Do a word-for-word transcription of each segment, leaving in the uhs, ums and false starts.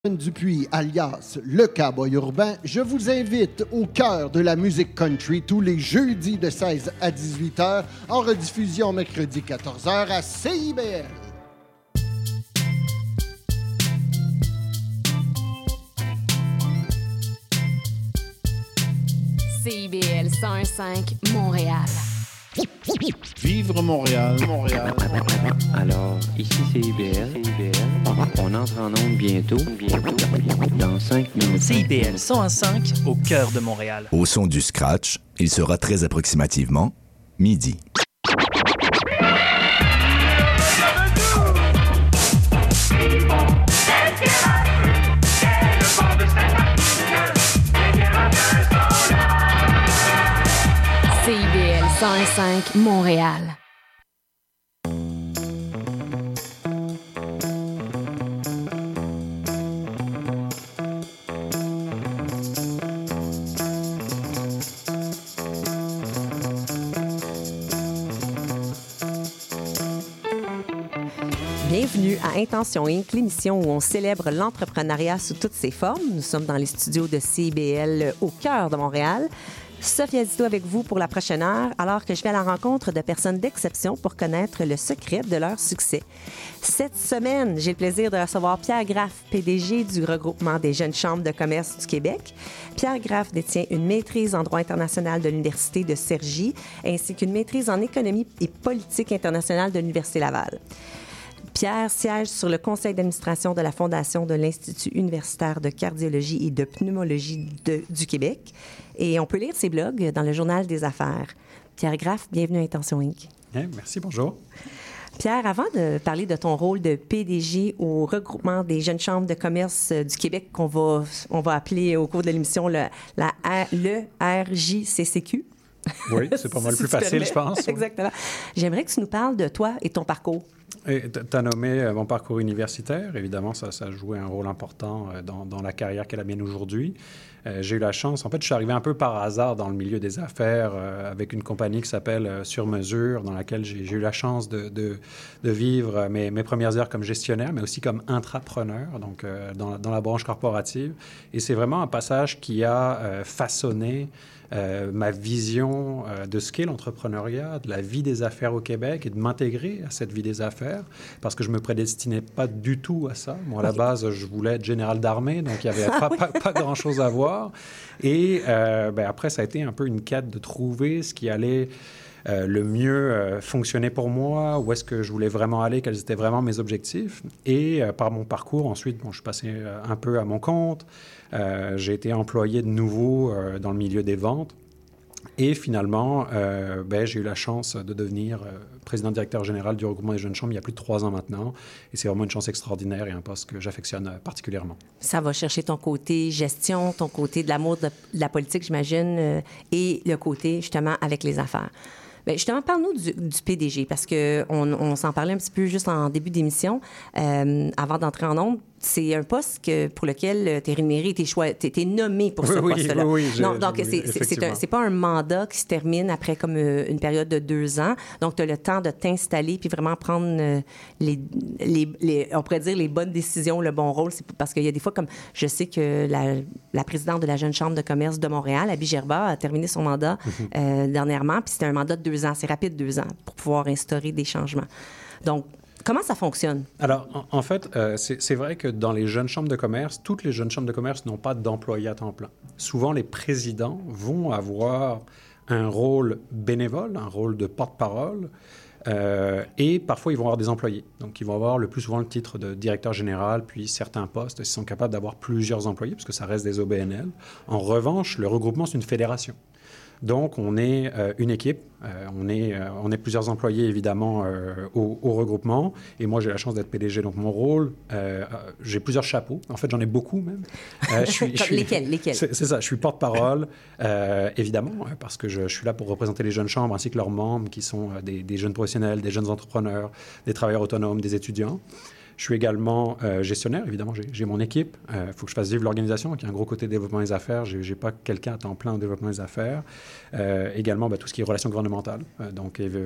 Dupuis, alias Le Cowboy Urbain, je vous invite au cœur de la musique country tous les jeudis de seize à dix-huit heures, en rediffusion mercredi quatorze heures à C I B L. C I B L cent un virgule cinq, Montréal. Vivre Montréal, Montréal. Alors, ici c'est I B L. C I B L. On entre en onde bientôt, bientôt, dans cinq minutes. C I B L cent un virgule cinq au cœur de Montréal. Au son du scratch, il sera très approximativement midi. C I B L cent un virgule cinq, Montréal. Bienvenue à Intention Inc, l'émission où on célèbre l'entrepreneuriat sous toutes ses formes. Nous sommes dans les studios de C I B L au cœur de Montréal. Sophia Zito avec vous pour la prochaine heure, alors que je vais à la rencontre de personnes d'exception pour connaître le secret de leur succès. Cette semaine, j'ai le plaisir de recevoir Pierre Graff, P D G du regroupement des jeunes chambres de commerce du Québec. Pierre Graff détient une maîtrise en droit international de l'Université de Cergy, ainsi qu'une maîtrise en économie et politique internationale de l'Université Laval. Pierre siège sur le conseil d'administration de la Fondation de l'Institut universitaire de cardiologie et de pneumologie de, du Québec. Et on peut lire ses blogs dans le Journal des affaires. Pierre Graff, bienvenue à Intention Inc. Bien, merci, bonjour. Pierre, avant de parler de ton rôle de P D G au regroupement des jeunes chambres de commerce du Québec, qu'on va, on va appeler au cours de l'émission le, la, le R J C C Q. Oui, c'est pas mal si plus facile, je pense. Exactement. J'aimerais que tu nous parles de toi et ton parcours. Tu as nommé mon parcours universitaire. Évidemment, ça, ça a joué un rôle important dans, dans la carrière qu'elle a mienne aujourd'hui. Euh, j'ai eu la chance, en fait, je suis arrivé un peu par hasard dans le milieu des affaires euh, avec une compagnie qui s'appelle euh, Sur Mesure, dans laquelle j'ai, j'ai eu la chance de, de, de vivre mes, mes premières heures comme gestionnaire, mais aussi comme intrapreneur, donc euh, dans, dans la branche corporative. Et c'est vraiment un passage qui a euh, façonné Euh, ma vision euh, de ce qu'est l'entrepreneuriat, de la vie des affaires au Québec et de m'intégrer à cette vie des affaires parce que je ne me prédestinais pas du tout à ça. Moi, à la base, je voulais être général d'armée, donc il n'y avait pas, pas, pas grand-chose à voir. Et euh, ben, après, ça a été un peu une quête de trouver ce qui allait Euh, le mieux euh, fonctionner pour moi, où est-ce que je voulais vraiment aller, quels étaient vraiment mes objectifs. Et euh, par mon parcours, ensuite, bon, je suis passé euh, un peu à mon compte. Euh, j'ai été employé de nouveau euh, dans le milieu des ventes. Et finalement, euh, ben, j'ai eu la chance de devenir euh, président-directeur général du regroupement des jeunes chambres il y a plus de trois ans maintenant. Et c'est vraiment une chance extraordinaire et un poste que j'affectionne euh, particulièrement. Ça va chercher ton côté gestion, ton côté de l'amour de, de la politique, j'imagine, euh, et le côté, justement, avec les affaires. Bien, justement, parle-nous du, du P D G, parce qu'on on s'en parlait un petit peu juste en début d'émission, euh, avant d'entrer en ondes. C'est un poste que, pour lequel tu es rémunéré, tu es nommé pour ce oui, poste-là. Oui, oui, non, donc, c'est, c'est, c'est, un, c'est pas un mandat qui se termine après comme une période de deux ans. Donc, tu as le temps de t'installer puis vraiment prendre les, les, les, on pourrait dire, les bonnes décisions, le bon rôle. C'est parce qu'il y a des fois, comme je sais que la, la présidente de la Jeune Chambre de commerce de Montréal, Abby Gerba, a terminé son mandat mm-hmm. euh, dernièrement, puis c'était un mandat de deux ans. C'est rapide, deux ans, pour pouvoir instaurer des changements. Donc, comment ça fonctionne? Alors, en, en fait, euh, c'est, c'est vrai que dans les jeunes chambres de commerce, toutes les jeunes chambres de commerce n'ont pas d'employés à temps plein. Souvent, les présidents vont avoir un rôle bénévole, un rôle de porte-parole, euh, et parfois, ils vont avoir des employés. Donc, ils vont avoir le plus souvent le titre de directeur général, puis certains postes, ils sont capables d'avoir plusieurs employés, parce que ça reste des O B N L. En revanche, le regroupement, c'est une fédération. Donc, on est euh, une équipe, euh, on, est, euh, on est plusieurs employés, évidemment, euh, au, au regroupement. Et moi, j'ai la chance d'être P D G. Donc, mon rôle, euh, j'ai plusieurs chapeaux. En fait, j'en ai beaucoup, même. Euh, je suis, je suis, lesquels? lesquels? C'est, c'est ça, je suis porte-parole, euh, évidemment, parce que je, je suis là pour représenter les jeunes chambres ainsi que leurs membres, qui sont des, des jeunes professionnels, des jeunes entrepreneurs, des travailleurs autonomes, des étudiants. Je suis également euh, gestionnaire, évidemment, j'ai, j'ai mon équipe. Il euh, faut que je fasse vivre l'organisation, donc il y a un gros côté développement des affaires. Je n'ai pas quelqu'un à temps plein en développement des affaires. Euh, également, ben, tout ce qui est relations gouvernementales. Euh, donc, euh,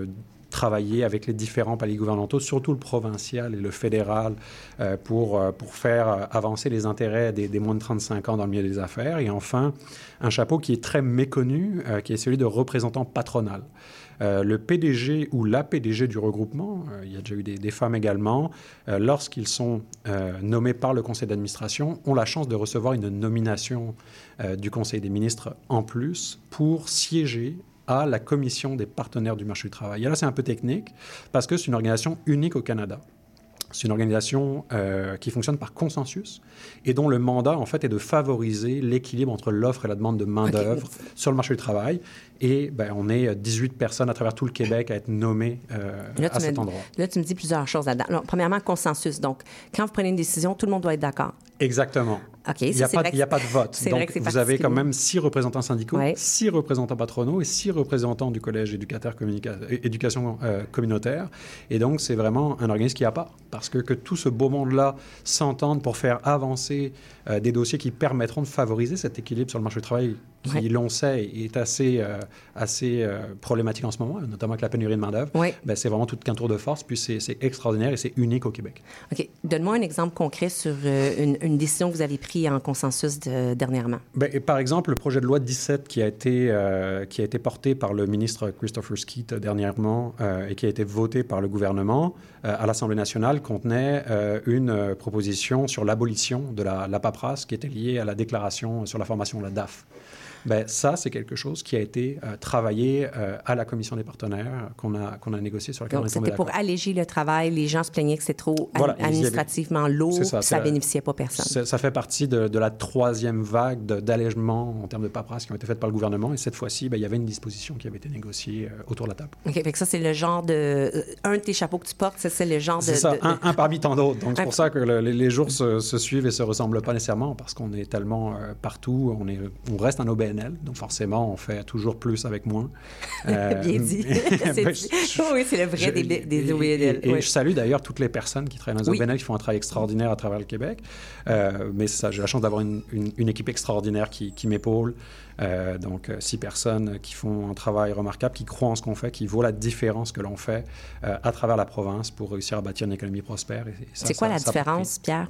travailler avec les différents paliers gouvernementaux, surtout le provincial et le fédéral, euh, pour, euh, pour faire avancer les intérêts des, des moins de trente-cinq ans dans le milieu des affaires. Et enfin, un chapeau qui est très méconnu, euh, qui est celui de représentant patronal. Euh, le P D G ou la P D G du regroupement, euh, il y a déjà eu des, des femmes également, euh, lorsqu'ils sont euh, nommés par le conseil d'administration, ont la chance de recevoir une nomination euh, du conseil des ministres en plus pour siéger à la commission des partenaires du marché du travail. Et là, c'est un peu technique parce que c'est une organisation unique au Canada. C'est une organisation euh, qui fonctionne par consensus et dont le mandat, en fait, est de favoriser l'équilibre entre l'offre et la demande de main-d'œuvre okay. sur le marché du travail. Et ben, on est dix-huit personnes à travers tout le Québec à être nommées euh, là, à cet endroit. Là, tu me dis plusieurs choses là-dedans. Alors, premièrement, consensus. Donc, quand vous prenez une décision, tout le monde doit être d'accord. Exactement. OK, il n'y a, a pas de vote. C'est Donc, vrai que c'est vous avez quand même six représentants syndicaux, ouais. six représentants patronaux et six représentants du Collège éducateur communica- éducation euh, communautaire. Et donc, c'est vraiment un organisme qui a pas. Parce que, que tout ce beau monde-là s'entende pour faire avancer euh, des dossiers qui permettront de favoriser cet équilibre sur le marché du travail qui, ouais. l'on sait, est assez, euh, assez euh, problématique en ce moment, notamment avec la pénurie de main-d'œuvre. Ouais. Ben, c'est vraiment tout qu'un tour de force, puis c'est, c'est extraordinaire et c'est unique au Québec. OK. Donne-moi un exemple concret sur euh, une, une décision que vous avez prise en consensus de, dernièrement. Ben, et par exemple, le projet de loi dix-sept qui a été, euh, qui a été porté par le ministre Christopher Skeet dernièrement euh, et qui a été voté par le gouvernement euh, à l'Assemblée nationale contenait euh, une euh, proposition sur l'abolition de la, la paperasse qui était liée à la déclaration sur la formation, la D A F. Ben, ça, c'est quelque chose qui a été euh, travaillé euh, à la commission des partenaires, qu'on a, qu'on a négocié, sur laquelle Donc, on est tombé d'accord. C'était pour alléger le travail. Les gens se plaignaient que c'était trop voilà, administrativement avait... lourd, ça, ça ne bénéficiait pas personne. Ça fait partie de, de la troisième vague de, d'allègement en termes de paperasse qui ont été faites par le gouvernement. Et cette fois-ci, ben, il y avait une disposition qui avait été négociée euh, autour de la table. OK. Fait que ça, c'est le genre de... Euh, un de tes chapeaux que tu portes, ça, c'est le genre de... C'est ça, de, un, de... un parmi tant d'autres. Donc, c'est pour ça que le, les, les jours se, se suivent et se ressemblent pas nécessairement parce qu'on est tellement euh, partout. On, est, on reste un O B N L, donc forcément, on fait toujours plus avec moins. Euh, Bien dit. c'est ben, dit. Oui, c'est le vrai je, des, des O B N L. Et, et oui. je salue d'ailleurs toutes les personnes qui travaillent dans les oui. O B N L qui font un travail extraordinaire à travers le Québec. Euh, mais c'est ça, j'ai la chance d'avoir une, une, une équipe extraordinaire qui, qui m'épaule. Euh, donc, euh, six personnes qui font un travail remarquable, qui croient en ce qu'on fait, qui vaut la différence que l'on fait euh, à travers la province pour réussir à bâtir une économie prospère. Et, et ça, c'est quoi ça, la ça différence, Pierre?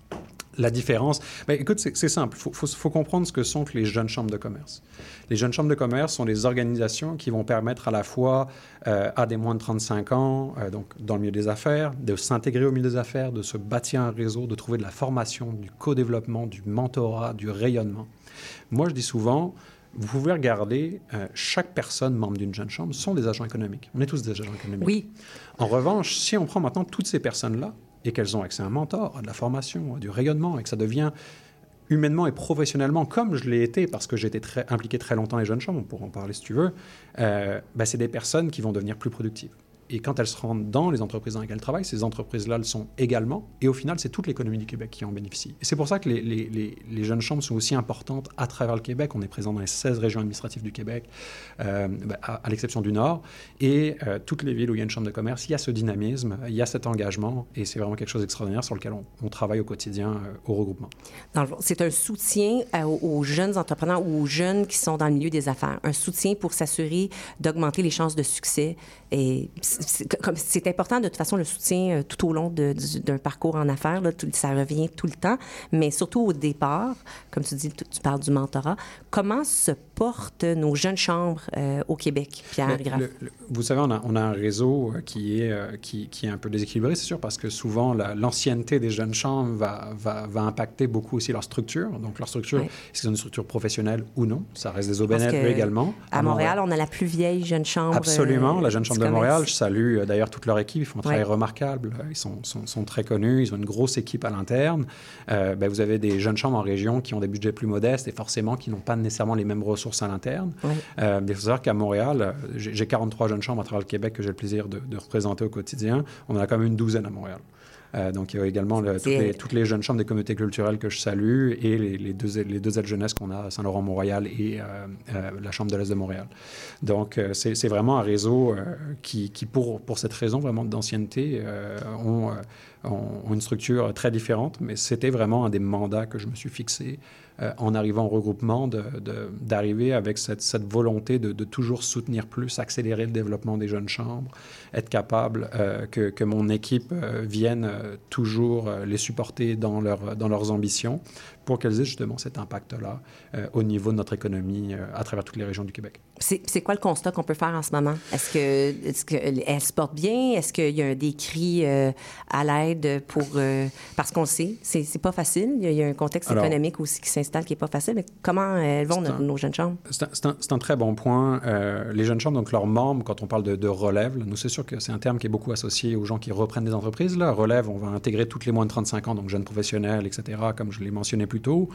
La différence, ben, écoute, c'est, c'est simple. Il faut, faut, faut comprendre ce que sont que les jeunes chambres de commerce. Les jeunes chambres de commerce sont des organisations qui vont permettre à la fois euh, à des moins de trente-cinq ans, euh, donc dans le milieu des affaires, de s'intégrer au milieu des affaires, de se bâtir un réseau, de trouver de la formation, du co-développement, du mentorat, du rayonnement. Moi, je dis souvent, vous pouvez regarder, euh, chaque personne membre d'une jeune chambre sont des agents économiques. On est tous des agents économiques. Oui. En revanche, si on prend maintenant toutes ces personnes-là, et qu'elles ont accès à un mentor, à de la formation, à du rayonnement, et que ça devient humainement et professionnellement, comme je l'ai été, parce que j'ai été très, impliqué très longtemps dans les jeunes chambres, on pourra en parler si tu veux, euh, ben c'est des personnes qui vont devenir plus productives. Et quand elles se rendent dans les entreprises dans lesquelles elles travaillent, ces entreprises-là le sont également. Et au final, c'est toute l'économie du Québec qui en bénéficie. Et c'est pour ça que les, les, les, les jeunes chambres sont aussi importantes à travers le Québec. On est présent dans les seize régions administratives du Québec, euh, bah, à, à l'exception du Nord. Et euh, toutes les villes où il y a une chambre de commerce, il y a ce dynamisme, il y a cet engagement. Et c'est vraiment quelque chose d'extraordinaire sur lequel on, on travaille au quotidien euh, au regroupement. Dans le fond, c'est un soutien à, aux jeunes entrepreneurs ou aux jeunes qui sont dans le milieu des affaires. Un soutien pour s'assurer d'augmenter les chances de succès. Et c'est, c'est, comme, c'est important, de toute façon, le soutien euh, tout au long de, de, d'un parcours en affaires. Là, tout, ça revient tout le temps, mais surtout au départ, comme tu dis, tu, tu parles du mentorat. Comment se portent nos jeunes chambres euh, au Québec, Pierre Graff? Le, le, vous savez, on a, on a un réseau qui est, euh, qui, qui est un peu déséquilibré, c'est sûr, parce que souvent, la, l'ancienneté des jeunes chambres va, va, va impacter beaucoup aussi leur structure. Donc, leur structure, oui. Est-ce que c'est une structure professionnelle ou non? Ça reste des O B N L également. À, à Montréal, Montréal, on a la plus vieille jeune chambre. Absolument, euh, la jeune chambre de Montréal. Je salue euh, d'ailleurs toute leur équipe. Ils font un travail ouais. remarquable. Ils sont, sont, sont très connus. Ils ont une grosse équipe à l'interne. Euh, ben, vous avez des jeunes chambres en région qui ont des budgets plus modestes et forcément qui n'ont pas nécessairement les mêmes ressources à l'interne. Ouais. Euh, il faut savoir qu'à Montréal, j'ai, j'ai quarante-trois jeunes chambres à travers le Québec que j'ai le plaisir de, de représenter au quotidien. On en a quand même une douzaine à Montréal. Euh, donc, il y a également le, toutes, les, toutes les jeunes chambres des communautés culturelles que je salue et les, les, deux, les deux aides jeunesse qu'on a à Saint-Laurent-Montréal et euh, euh, la Chambre de l'Est de Montréal. Donc, euh, c'est, c'est vraiment un réseau euh, qui, qui pour, pour cette raison vraiment d'ancienneté, euh, ont, euh, ont une structure très différente, mais c'était vraiment un des mandats que je me suis fixé euh, en arrivant au regroupement, de, de, d'arriver avec cette, cette volonté de, de toujours soutenir plus, accélérer le développement des jeunes chambres, être capable euh, que, que mon équipe euh, vienne euh, toujours euh, les supporter dans, leur, dans leurs ambitions pour qu'elles aient justement cet impact-là euh, au niveau de notre économie euh, à travers toutes les régions du Québec. C'est, c'est quoi le constat qu'on peut faire en ce moment? Est-ce que, est-ce qu'elle se porte bien? Est-ce qu'il y a des cris euh, à l'aide pour... Euh, parce qu'on le sait, c'est, c'est pas facile. Il y a, il y a un contexte Alors, économique aussi qui s'installe qui est pas facile. Mais comment elles vont, nos, un, nos jeunes chambres? C'est un, c'est, un, c'est un très bon point. Euh, les jeunes chambres, donc leurs membres, quand on parle de, de relève, là, nous, c'est sûr que c'est un terme qui est beaucoup associé aux gens qui reprennent des entreprises. Là. Relève, on va intégrer toutes les moins de trente-cinq ans, donc jeunes professionnels, et cetera, comme je l'ai mentionné plus tôt.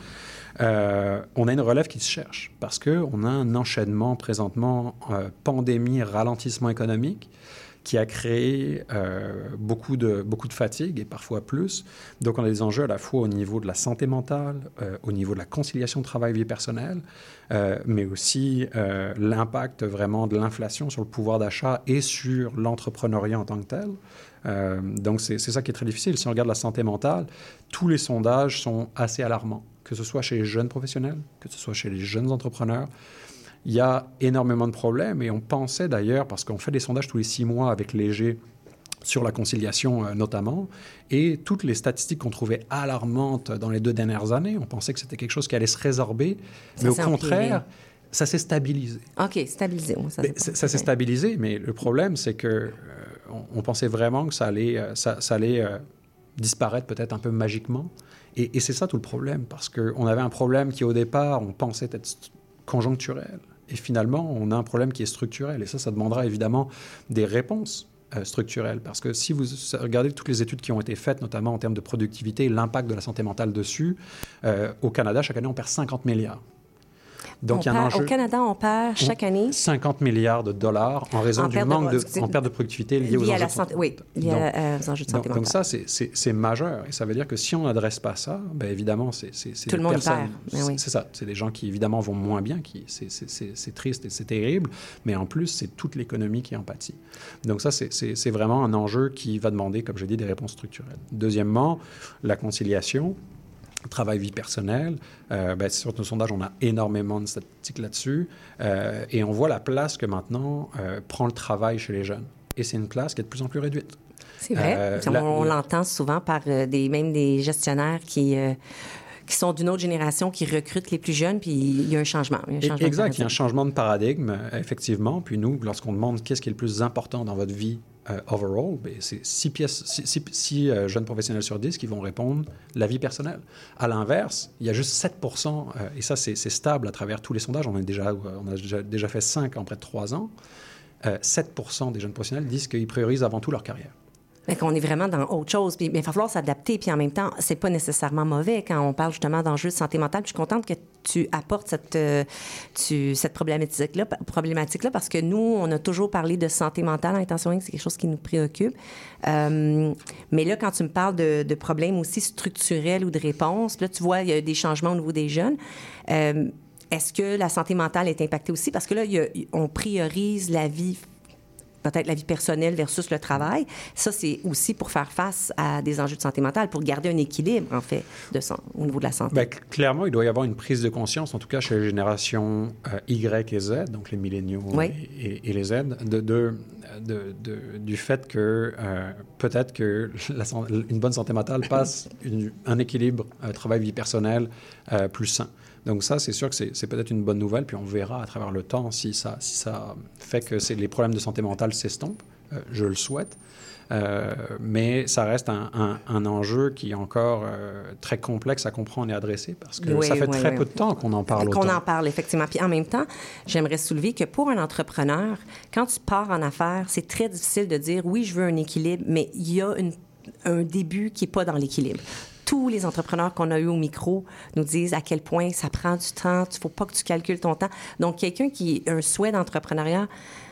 Euh, on a une relève qui se cherche parce qu'on a un enchaînement présentement, euh, pandémie, ralentissement économique, qui a créé euh, beaucoup, de, beaucoup de fatigue et parfois plus. Donc, on a des enjeux à la fois au niveau de la santé mentale, euh, au niveau de la conciliation travail-vie personnelle, euh, mais aussi euh, l'impact vraiment de l'inflation sur le pouvoir d'achat et sur l'entrepreneuriat en tant que tel. Euh, donc, c'est, c'est ça qui est très difficile. Si on regarde la santé mentale, tous les sondages sont assez alarmants, que ce soit chez les jeunes professionnels, que ce soit chez les jeunes entrepreneurs. Il y a énormément de problèmes et on pensait d'ailleurs, parce qu'on fait des sondages tous les six mois avec Léger sur la conciliation euh, notamment, et toutes les statistiques qu'on trouvait alarmantes dans les deux dernières années, on pensait que c'était quelque chose qui allait se résorber, ça mais au contraire, empiré. Ça s'est stabilisé. OK, stabilisé. Ça, ça, ça s'est stabilisé, mais le problème, c'est que euh, on, on pensait vraiment que ça allait, euh, ça, ça allait euh, disparaître peut-être un peu magiquement. Et, et c'est ça tout le problème, parce qu'on avait un problème qui, au départ, on pensait être conjoncturel. Et finalement, on a un problème qui est structurel. Et ça, ça demandera évidemment des réponses euh, structurelles. Parce que si vous regardez toutes les études qui ont été faites, notamment en termes de productivité et l'impact de la santé mentale dessus, euh, au Canada, chaque année, on perd cinquante milliards. Donc, il y a un enjeu... Au Canada, on perd chaque année cinquante milliards de dollars en raison en du manque de, de, en perte de productivité liée aux enjeux à la de santé. Oui, lié aux enjeux de santé donc, mentale. Donc ça, c'est, c'est, c'est majeur. Et ça veut dire que si on n'adresse pas ça, bien évidemment, c'est, c'est, c'est tout des le monde personnes... perd. Oui. C'est ça. C'est des gens qui, évidemment, vont moins bien. Qui, c'est, c'est, c'est, c'est triste et c'est terrible. Mais en plus, c'est toute l'économie qui en pâtit. Donc ça, c'est, c'est, c'est vraiment un enjeu qui va demander, comme je l'ai dit, des réponses structurelles. Deuxièmement, la conciliation. Travail, vie personnelle. Euh, ben, sur nos sondages, on a énormément de statistiques là-dessus. Euh, et on voit la place que maintenant euh, prend le travail chez les jeunes. Et c'est une place qui est de plus en plus réduite. C'est vrai. Euh, on, la, on l'entend souvent par euh, des, même des gestionnaires qui... Euh, qui sont d'une autre génération, qui recrutent les plus jeunes, puis il y a un changement. Il y a un changement exact, il y a un changement de paradigme, effectivement. Puis nous, lorsqu'on demande qu'est-ce qui est le plus important dans votre vie euh, overall, bien, c'est six, pièces, six, six, six euh, jeunes professionnels sur dix qui vont répondre la vie personnelle. À l'inverse, il y a juste sept pour cent, euh, et ça, c'est, c'est stable à travers tous les sondages. On, est déjà, on a déjà, déjà fait cinq en près de trois ans. Euh, sept pour cent des jeunes professionnels disent qu'ils priorisent avant tout leur carrière. Fait qu'on est vraiment dans autre chose. Puis, il va falloir s'adapter. Puis en même temps, c'est pas nécessairement mauvais quand on parle justement d'enjeux de santé mentale. Puis je suis contente que tu apportes cette, euh, tu, cette problématique-là, problématique-là parce que nous, on a toujours parlé de santé mentale en Intention Inc. C'est quelque chose qui nous préoccupe. Euh, mais là, quand tu me parles de, de problèmes aussi structurels ou de réponses, là, tu vois, il y a des changements au niveau des jeunes. Euh, est-ce que la santé mentale est impactée aussi? Parce que là, il y a, on priorise la vie peut-être la vie personnelle versus le travail. Ça, c'est aussi pour faire face à des enjeux de santé mentale, pour garder un équilibre, en fait, de son, au niveau de la santé. Bien, clairement, il doit y avoir une prise de conscience, en tout cas chez les générations euh, Y et Z, donc les milléniaux oui. et, et, et les Z, de, de, de, de, du fait que euh, peut-être que la, une bonne santé mentale passe une, un équilibre euh, travail-vie personnelle euh, plus sain. Donc ça, c'est sûr que c'est, c'est peut-être une bonne nouvelle, puis on verra à travers le temps si ça, si ça fait que c'est, les problèmes de santé mentale s'estompent. Euh, je le souhaite. Euh, mais ça reste un, un, un enjeu qui est encore euh, très complexe à comprendre et adresser parce que oui, ça fait oui, très oui. peu de temps qu'on en parle qu'on autant. Qu'on en parle, effectivement. Puis en même temps, j'aimerais soulever que pour un entrepreneur, quand tu pars en affaires, c'est très difficile de dire « oui, je veux un équilibre », mais il y a une, un début qui n'est pas dans l'équilibre. Tous les entrepreneurs qu'on a eu au micro nous disent à quel point ça prend du temps, il ne faut pas que tu calcules ton temps. Donc, quelqu'un qui a un souhait d'entrepreneuriat,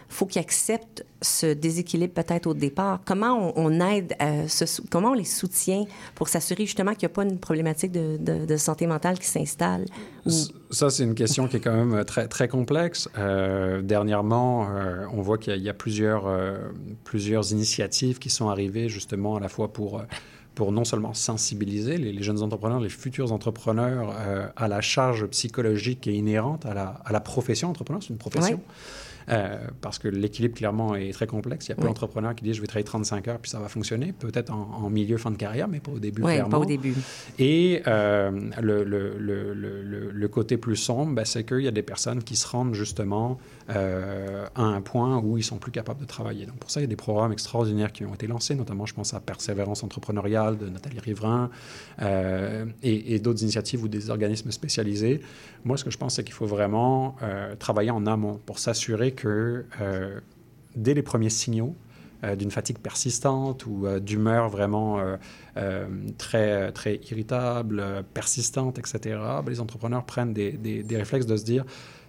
faut qu'ils acceptent ce déséquilibre peut-être au départ. Comment on, on aide, euh, ce, comment on les soutient pour s'assurer justement qu'il n'y a pas une problématique de, de, de santé mentale qui s'installe? Ou... Ça, c'est une question qui est quand même très, très complexe. Euh, dernièrement, euh, on voit qu'il y a, il y a plusieurs, euh, plusieurs initiatives qui sont arrivées justement à la fois pour... pour non seulement sensibiliser les, les jeunes entrepreneurs, les futurs entrepreneurs euh, à la charge psychologique qui est inhérente à la, à la profession entrepreneur, c'est une profession. Ouais. Euh, parce que l'équilibre, clairement, est très complexe. Il y a plein oui. d'entrepreneurs qui disent « je vais travailler trente-cinq heures, puis ça va fonctionner », peut-être en, en milieu, fin de carrière, mais pas au début, oui, clairement. pas au début. Et euh, le, le, le, le, le côté plus sombre, ben, c'est qu'il y a des personnes qui se rendent justement euh, à un point où ils sont plus capables de travailler. Donc, pour ça, il y a des programmes extraordinaires qui ont été lancés, notamment, je pense à Persévérance entrepreneuriale de Nathalie Riverain euh, et, et d'autres initiatives ou des organismes spécialisés. Moi, ce que je pense, c'est qu'il faut vraiment euh, travailler en amont pour s'assurer que euh, dès les premiers signaux euh, d'une fatigue persistante ou euh, d'humeur vraiment euh, euh, très, très irritable, euh, persistante, et cetera, ben, les entrepreneurs prennent des, des, des réflexes de se dire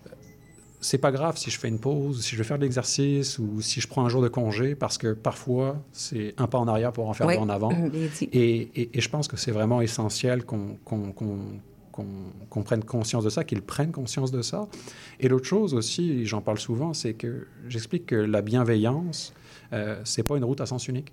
« c'est pas grave si je fais une pause, si je vais faire de l'exercice ou si je prends un jour de congé, parce que parfois, c'est un pas en arrière pour en faire oui. deux en avant. » et, et, et je pense que c'est vraiment essentiel qu'on... qu'on, qu'on Qu'on, qu'on prenne conscience de ça, qu'ils prennent conscience de ça. Et l'autre chose aussi, j'en parle souvent, c'est que j'explique que la bienveillance, euh, c'est pas une route à sens unique.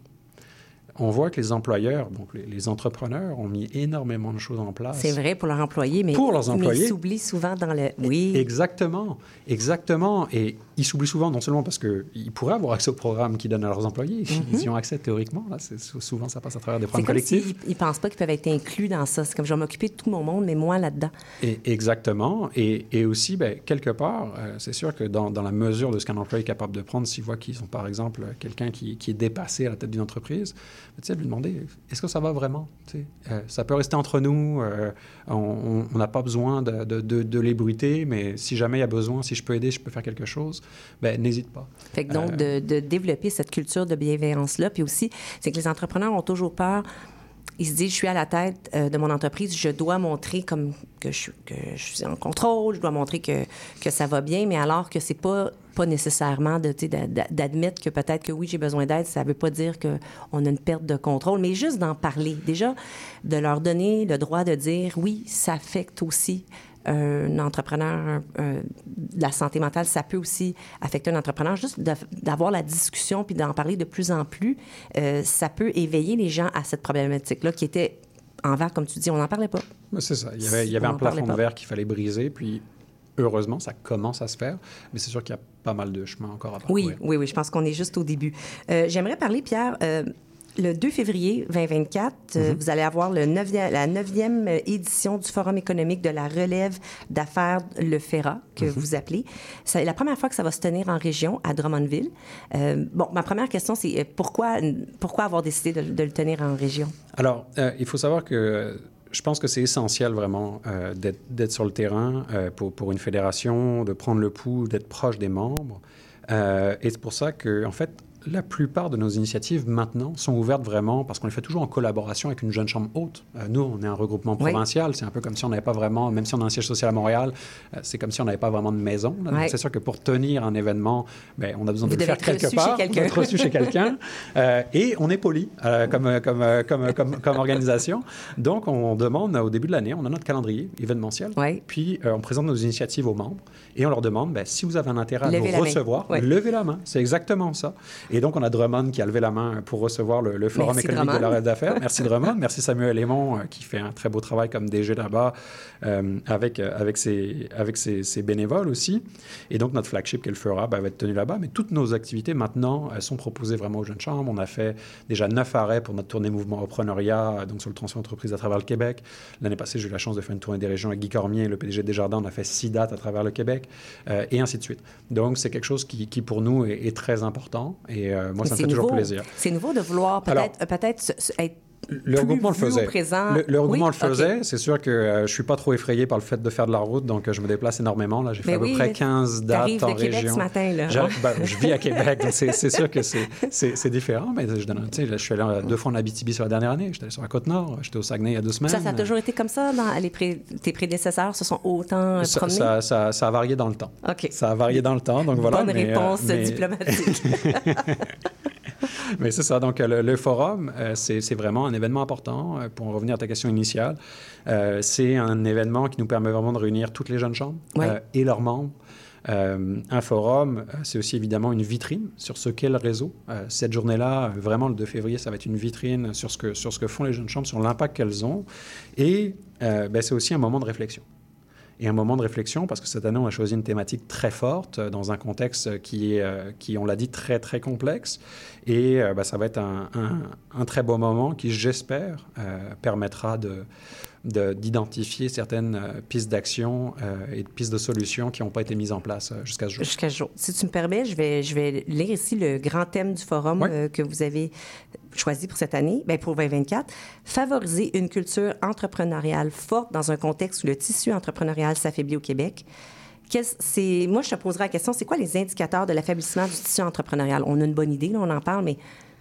On voit que les employeurs, donc les, les entrepreneurs, ont mis énormément de choses en place. C'est vrai pour leurs employés, mais, pour leurs employés, mais ils s'oublient souvent dans le... Oui. Exactement, exactement. Et ils s'oublient souvent non seulement parce qu'ils pourraient avoir accès au programme qu'ils donnent à leurs employés, mm-hmm. ils y ont accès théoriquement. Là, c'est, souvent, ça passe à travers des programmes collectifs. C'est comme s'ils ne pensent pas qu'ils peuvent être inclus dans ça. C'est comme je vais m'occuper de tout mon monde, mais moi là-dedans. Et, exactement. Et, et aussi, bien, quelque part, euh, c'est sûr que dans, dans la mesure de ce qu'un employé est capable de prendre, s'il voit qu'ils ont, par exemple, quelqu'un qui, qui est dépassé à la tête d'une entreprise, tu sais, lui demander, est-ce que ça va vraiment? Tu sais, euh, ça peut rester entre nous, euh, on n'a pas besoin de, de, de, de l'ébruiter, mais si jamais il y a besoin, si je peux aider, je peux faire quelque chose, ben n'hésite pas. Fait que donc, euh, de, de développer cette culture de bienveillance-là, puis aussi, c'est que les entrepreneurs ont toujours peur. Ils se disent, je suis à la tête euh, de mon entreprise, je dois montrer comme que je, que je suis en contrôle, je dois montrer que, que ça va bien, mais alors que c'est pas, pas nécessairement de, d'admettre que peut-être que oui, j'ai besoin d'aide, ça veut pas dire qu'on a une perte de contrôle, mais juste d'en parler. Déjà, de leur donner le droit de dire, oui, ça affecte aussi un entrepreneur, euh, la santé mentale, ça peut aussi affecter un entrepreneur. Juste de, d'avoir la discussion puis d'en parler de plus en plus, euh, ça peut éveiller les gens à cette problématique-là qui était en verre, comme tu dis, on n'en parlait pas. Mais c'est ça. Il y avait, il y avait un plafond de verre qu'il fallait briser, puis heureusement, ça commence à se faire, mais c'est sûr qu'il y a pas mal de chemin encore à parcourir. Oui, oui, oui, je pense qu'on est juste au début. Euh, j'aimerais parler, Pierre... Euh, Le deux février vingt vingt-quatre, mm-hmm. euh, vous allez avoir le neuvième, la neuvième édition du Forum économique de la relève d'affaires, le FERA, que mm-hmm. vous appelez. C'est la première fois que ça va se tenir en région, à Drummondville. Euh, bon, ma première question, c'est pourquoi, pourquoi avoir décidé de, de le tenir en région? Alors, euh, il faut savoir que je pense que c'est essentiel vraiment euh, d'être, d'être sur le terrain euh, pour, pour une fédération, de prendre le pouls, d'être proche des membres. Euh, et c'est pour ça que, en fait, la plupart de nos initiatives, maintenant, sont ouvertes vraiment parce qu'on les fait toujours en collaboration avec une jeune chambre haute. Euh, nous, on est un regroupement provincial. Oui. C'est un peu comme si on n'avait pas vraiment, même si on a un siège social à Montréal, euh, c'est comme si on n'avait pas vraiment de maison. Là. Oui. Donc, c'est sûr que pour tenir un événement, ben, on a besoin Vous de le faire quelque part. On doit être reçu chez quelqu'un. Euh, et on est poli euh, comme, comme, comme, comme, comme organisation. Donc, on demande, au début de l'année, on a notre calendrier événementiel. Oui. Puis, euh, on présente nos initiatives aux membres et on leur demande, ben, si vous avez un intérêt à levez nous recevoir, oui. levez la main. C'est exactement ça. Et donc, on a Drummond qui a levé la main pour recevoir le, le Forum merci économique Drummond. De la relève d'affaires. Merci Drummond. Merci Samuel Aymon, euh, qui fait un très beau travail comme D G là-bas, euh, avec, euh, avec, ses, avec ses, ses bénévoles aussi. Et donc, notre flagship qu'elle fera ben, va être tenu là-bas. Mais toutes nos activités, maintenant, elles sont proposées vraiment aux jeunes chambres. On a fait déjà neuf arrêts pour notre tournée Mouvement Entrepreneuriat, donc sur le transfert d'entreprise à travers le Québec. L'année passée, j'ai eu la chance de faire une tournée des régions avec Guy Cormier, le P D G de Desjardins. On a fait six dates à travers le Québec, euh, et ainsi de suite. Donc, c'est quelque chose qui, qui pour nous, est, est très important. Et euh, moi, Mais ça me fait nouveau. toujours plaisir. C'est nouveau de vouloir peut-être, Alors, peut-être être Le regroupement le faisait. Présent. Le, le regroupement oui? le faisait. Okay. C'est sûr que euh, je suis pas trop effrayé par le fait de faire de la route, donc euh, je me déplace énormément. Là, j'ai fait mais à oui, peu près quinze dates en de Québec région. Ce matin, là. Ben, je vis à Québec, donc c'est, c'est sûr que c'est, c'est, c'est différent. Mais je, donne, je suis allé deux fois en Abitibi sur la dernière année. J'étais allé sur la Côte-Nord. J'étais au Saguenay il y a deux semaines. Ça, ça a toujours été comme ça? Dans les pré... Tes prédécesseurs se sont autant ça, promenés? Ça, ça, ça a varié dans le temps. OK. Ça a varié dans le temps. Donc voilà, Bonne mais, réponse euh, mais... diplomatique. Mais c'est ça. Donc, le, le forum, euh, c'est, c'est vraiment un événement important. Euh, pour en revenir à ta question initiale, euh, c'est un événement qui nous permet vraiment de réunir toutes les jeunes chambres ouais. euh, et leurs membres. Euh, un forum, c'est aussi évidemment une vitrine sur ce qu'est le réseau. Euh, cette journée-là, vraiment le deux février, ça va être une vitrine sur ce que, sur ce que font les jeunes chambres, sur l'impact qu'elles ont. Et euh, ben, c'est aussi un moment de réflexion. Et un moment de réflexion, parce que cette année, on a choisi une thématique très forte dans un contexte qui est, euh, qui, on l'a dit, très, très complexe. Et euh, ben, ça va être un, un, un très beau moment qui, j'espère, euh, permettra de, de, d'identifier certaines euh, pistes d'action euh, et de pistes de solutions qui n'ont pas été mises en place euh, jusqu'à ce jour. Jusqu'à ce jour. Si tu me permets, je vais, je vais lire ici le grand thème du forum ouais. euh, que vous avez choisi pour cette année, bien pour vingt vingt-quatre. Favoriser une culture entrepreneuriale forte dans un contexte où le tissu entrepreneurial s'affaiblit au Québec. C'est, moi, je te poserai la question, c'est quoi les indicateurs de l'affaiblissement du tissu entrepreneurial? On a une bonne idée, là, on en parle, mais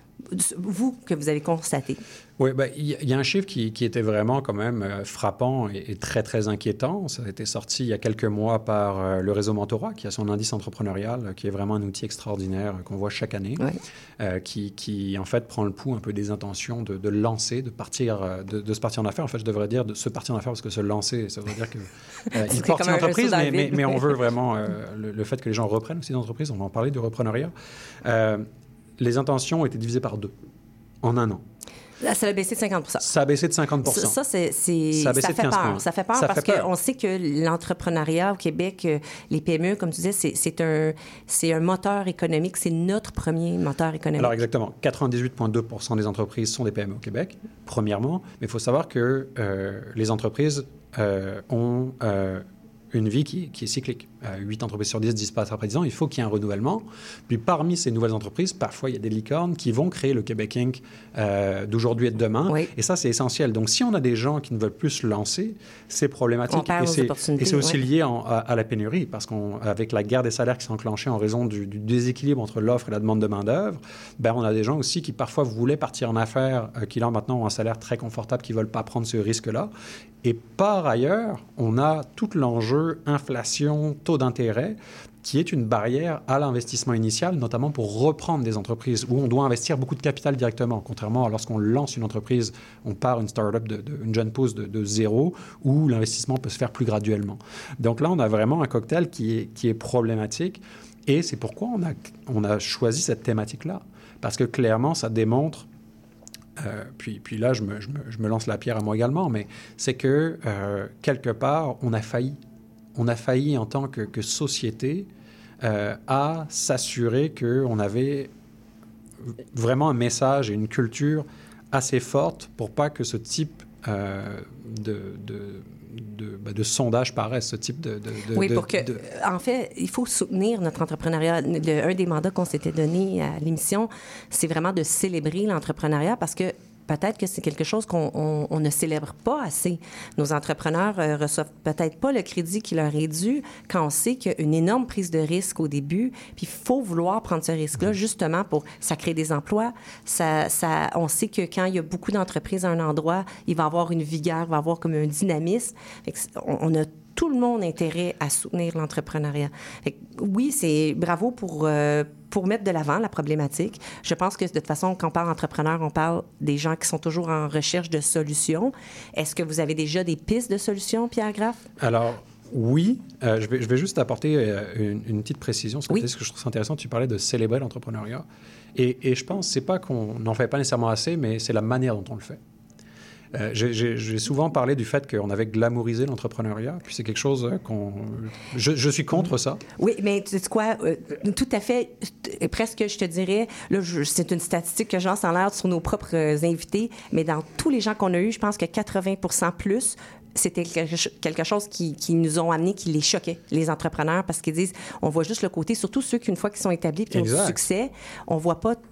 vous, que vous avez constaté? Oui, ben, il y, y a un chiffre qui, qui était vraiment quand même euh, frappant et, et très, très inquiétant. Ça a été sorti il y a quelques mois par euh, le réseau Mentorat, qui a son indice entrepreneurial, qui est vraiment un outil extraordinaire euh, qu'on voit chaque année, ouais. euh, qui, qui, en fait, prend le pouls un peu des intentions de, de lancer, de partir, euh, de, de se partir en affaires. En fait, je devrais dire de se partir en affaires, parce que se lancer, ça veut dire que euh, il porte une entreprise, mais, mais, mais on veut vraiment euh, le, le fait que les gens reprennent aussi d'entreprise. On va en parler du reprenariat. Euh, les intentions ont été divisées par deux en un an. Ça a baissé de cinquante pour cent. Ça a baissé de cinquante pour cent. Ça, ça, c'est, c'est, ça, ça fait peur. Ça fait peur ça parce fait peur. qu'on sait que l'entrepreneuriat au Québec, les P M E, comme tu disais, c'est, c'est, un, c'est un moteur économique. C'est notre premier moteur économique. Alors exactement. quatre-vingt-dix-huit virgule deux pour cent des entreprises sont des P M E au Québec, premièrement. Mais il faut savoir que euh, les entreprises euh, ont... Euh, une vie qui, qui est cyclique. Euh, huit entreprises sur dix disparaissent après dix ans. Il faut qu'il y ait un renouvellement. Puis parmi ces nouvelles entreprises, parfois, il y a des licornes qui vont créer le Québec Inc euh, d'aujourd'hui et de demain. Oui. Et ça, c'est essentiel. Donc, si on a des gens qui ne veulent plus se lancer, c'est problématique. On perd et, c'est, et c'est aussi oui. lié en, à, à la pénurie, parce qu'avec la guerre des salaires qui s'est enclenchée en raison du, du déséquilibre entre l'offre et la demande de main-d'œuvre, ben, on a des gens aussi qui parfois voulaient partir en affaires, euh, qui là maintenant ont un salaire très confortable, qui ne veulent pas prendre ce risque-là. Et par ailleurs, on a tout l'enjeu inflation, taux d'intérêt, qui est une barrière à l'investissement initial, notamment pour reprendre des entreprises où on doit investir beaucoup de capital directement. Contrairement à lorsqu'on lance une entreprise, on part une start-up, de, de, une jeune pousse de, de zéro, où l'investissement peut se faire plus graduellement. Donc là, on a vraiment un cocktail qui est, qui est problématique. Et c'est pourquoi on a, on a choisi cette thématique-là. Parce que clairement, ça démontre... Euh, puis, puis là, je me, je, me, je me lance la pierre à moi également, mais c'est que, euh, quelque part, on a failli. On a failli, en tant que, que société, euh, à s'assurer qu'on avait vraiment un message et une culture assez forte pour pas que ce type euh, de... de De, ben de sondage paraissent, ce type de... de, de oui, de, pour que... de... En fait, il faut soutenir notre entrepreneuriat. Le, un des mandats qu'on s'était donné à l'émission, c'est vraiment de célébrer l'entrepreneuriat parce que peut-être que c'est quelque chose qu'on on, on ne célèbre pas assez. Nos entrepreneurs euh, reçoivent peut-être pas le crédit qui leur est dû quand on sait qu'il y a une énorme prise de risque au début. Puis il faut vouloir prendre ce risque-là justement pour... Ça crée des emplois. Ça, ça, on sait que quand il y a beaucoup d'entreprises à un endroit, il va y avoir une vigueur, il va y avoir comme un dynamisme. Fait que on, on a tout le monde intérêt à soutenir l'entrepreneuriat. Fait que, oui, c'est bravo pour, euh, pour mettre de l'avant la problématique. Je pense que de toute façon, quand on parle d'entrepreneurs, on parle des gens qui sont toujours en recherche de solutions. Est-ce que vous avez déjà des pistes de solutions, Pierre Graff? Alors, oui. Euh, je, vais, je vais juste apporter euh, une, une petite précision. Ce que, oui. ce que je trouve intéressant, tu parlais de célébrer l'entrepreneuriat. Et, et je pense que ce n'est pas qu'on n'en fait pas nécessairement assez, mais c'est la manière dont on le fait. Euh, j'ai, j'ai, j'ai souvent parlé du fait qu'on avait glamourisé l'entrepreneuriat, puis c'est quelque chose qu'on... Je, je suis contre ça. Oui, mais tu sais quoi? Euh, tout à fait, t- presque, je te dirais, là, je, c'est une statistique que j'en sens l'air sur nos propres invités, mais dans tous les gens qu'on a eus, je pense que quatre-vingts pour cent plus, c'était quelque chose qui, qui nous ont amené, qui les choquait, les entrepreneurs, parce qu'ils disent, on voit juste le côté, surtout ceux qui, une fois qu'ils sont établis et qui ont du succès, on voit pas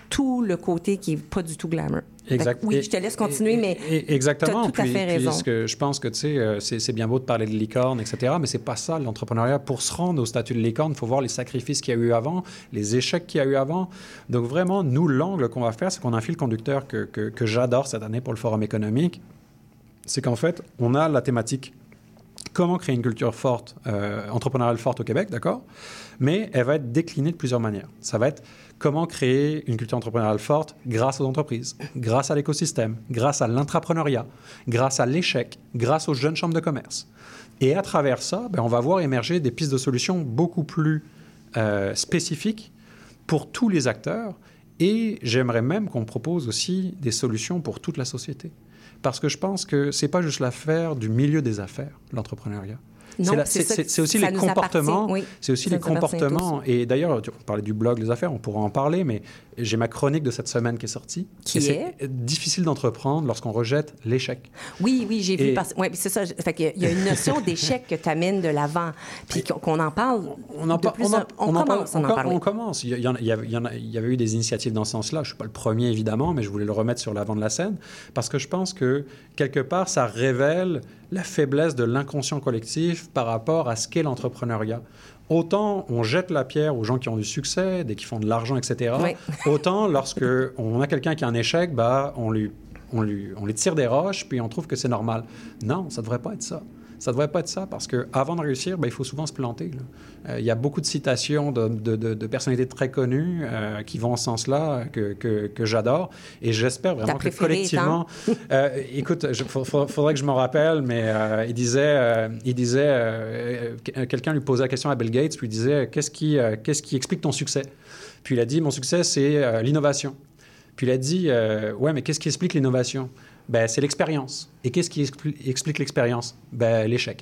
tout le côté qui n'est pas du tout glamour. Exact. Oui, et, je te laisse continuer, et, mais et, exactement. tu as tout puis, à fait puis raison. Ce que je pense que, tu sais, c'est, c'est bien beau de parler de licorne, et cetera, mais c'est pas ça, l'entrepreneuriat. Pour se rendre au statut de licorne, il faut voir les sacrifices qu'il y a eu avant, les échecs qu'il y a eu avant. Donc, vraiment, nous, l'angle qu'on va faire, c'est qu'on a un fil conducteur que, que, que j'adore cette année pour le Forum économique. C'est qu'en fait, on a la thématique comment créer une culture forte, euh, entrepreneuriale forte au Québec, d'accord? Mais elle va être déclinée de plusieurs manières. Ça va être comment créer une culture entrepreneuriale forte grâce aux entreprises, grâce à l'écosystème, grâce à l'intrapreneuriat, grâce à l'échec, grâce aux jeunes chambres de commerce. Et à travers ça, ben, on va voir émerger des pistes de solutions beaucoup plus euh, spécifiques pour tous les acteurs. Et j'aimerais même qu'on propose aussi des solutions pour toute la société. Parce que je pense que ce n'est pas juste l'affaire du milieu des affaires, l'entrepreneuriat. Non, c'est, la, c'est, c'est, ça, c'est aussi ça les nous comportements. Oui, c'est aussi ça les comportements. Et d'ailleurs, on parlait du blog Les Affaires, on pourra en parler, mais j'ai ma chronique de cette semaine qui est sortie. Qui et est? C'est difficile d'entreprendre lorsqu'on rejette l'échec. Oui, oui, j'ai vu. Et... Parce... Oui, c'est ça. Fait qu'il y a une notion d'échec que tu amènes de l'avant, puis qu'on en parle. On, en de plus on, en, on, on, on en commence parle, à en parler. On commence. Il y, en, il, y avait, il, y en a, il y avait eu des initiatives dans ce sens-là. Je ne suis pas le premier, évidemment, mais je voulais le remettre sur l'avant de la scène parce que je pense que, quelque part, ça révèle la faiblesse de l'inconscient collectif par rapport à ce qu'est l'entrepreneuriat. Autant on jette la pierre aux gens qui ont du succès, des qui font de l'argent, et cetera. Oui. Autant lorsqu'on a quelqu'un qui a un échec, bah, on, lui, on, lui, on lui tire des roches, puis on trouve que c'est normal. Non, ça ne devrait pas être ça. Ça ne devrait pas être ça parce qu'avant de réussir, ben, il faut souvent se planter. Il euh, y a beaucoup de citations de, de, de, de personnalités très connues euh, qui vont en ce sens-là, que, que, que j'adore. Et j'espère vraiment que collectivement... euh, écoute, il faudrait que je m'en rappelle, mais euh, il disait... Euh, il disait euh, quelqu'un lui posait la question à Bill Gates, puis il disait qu'est-ce qui, euh, qu'est-ce qui explique ton succès? Puis il a dit mon succès, c'est euh, l'innovation. Puis il a dit euh, ouais, mais qu'est-ce qui explique l'innovation? Ben, c'est l'expérience. Et qu'est-ce qui expli- explique l'expérience? Ben, l'échec.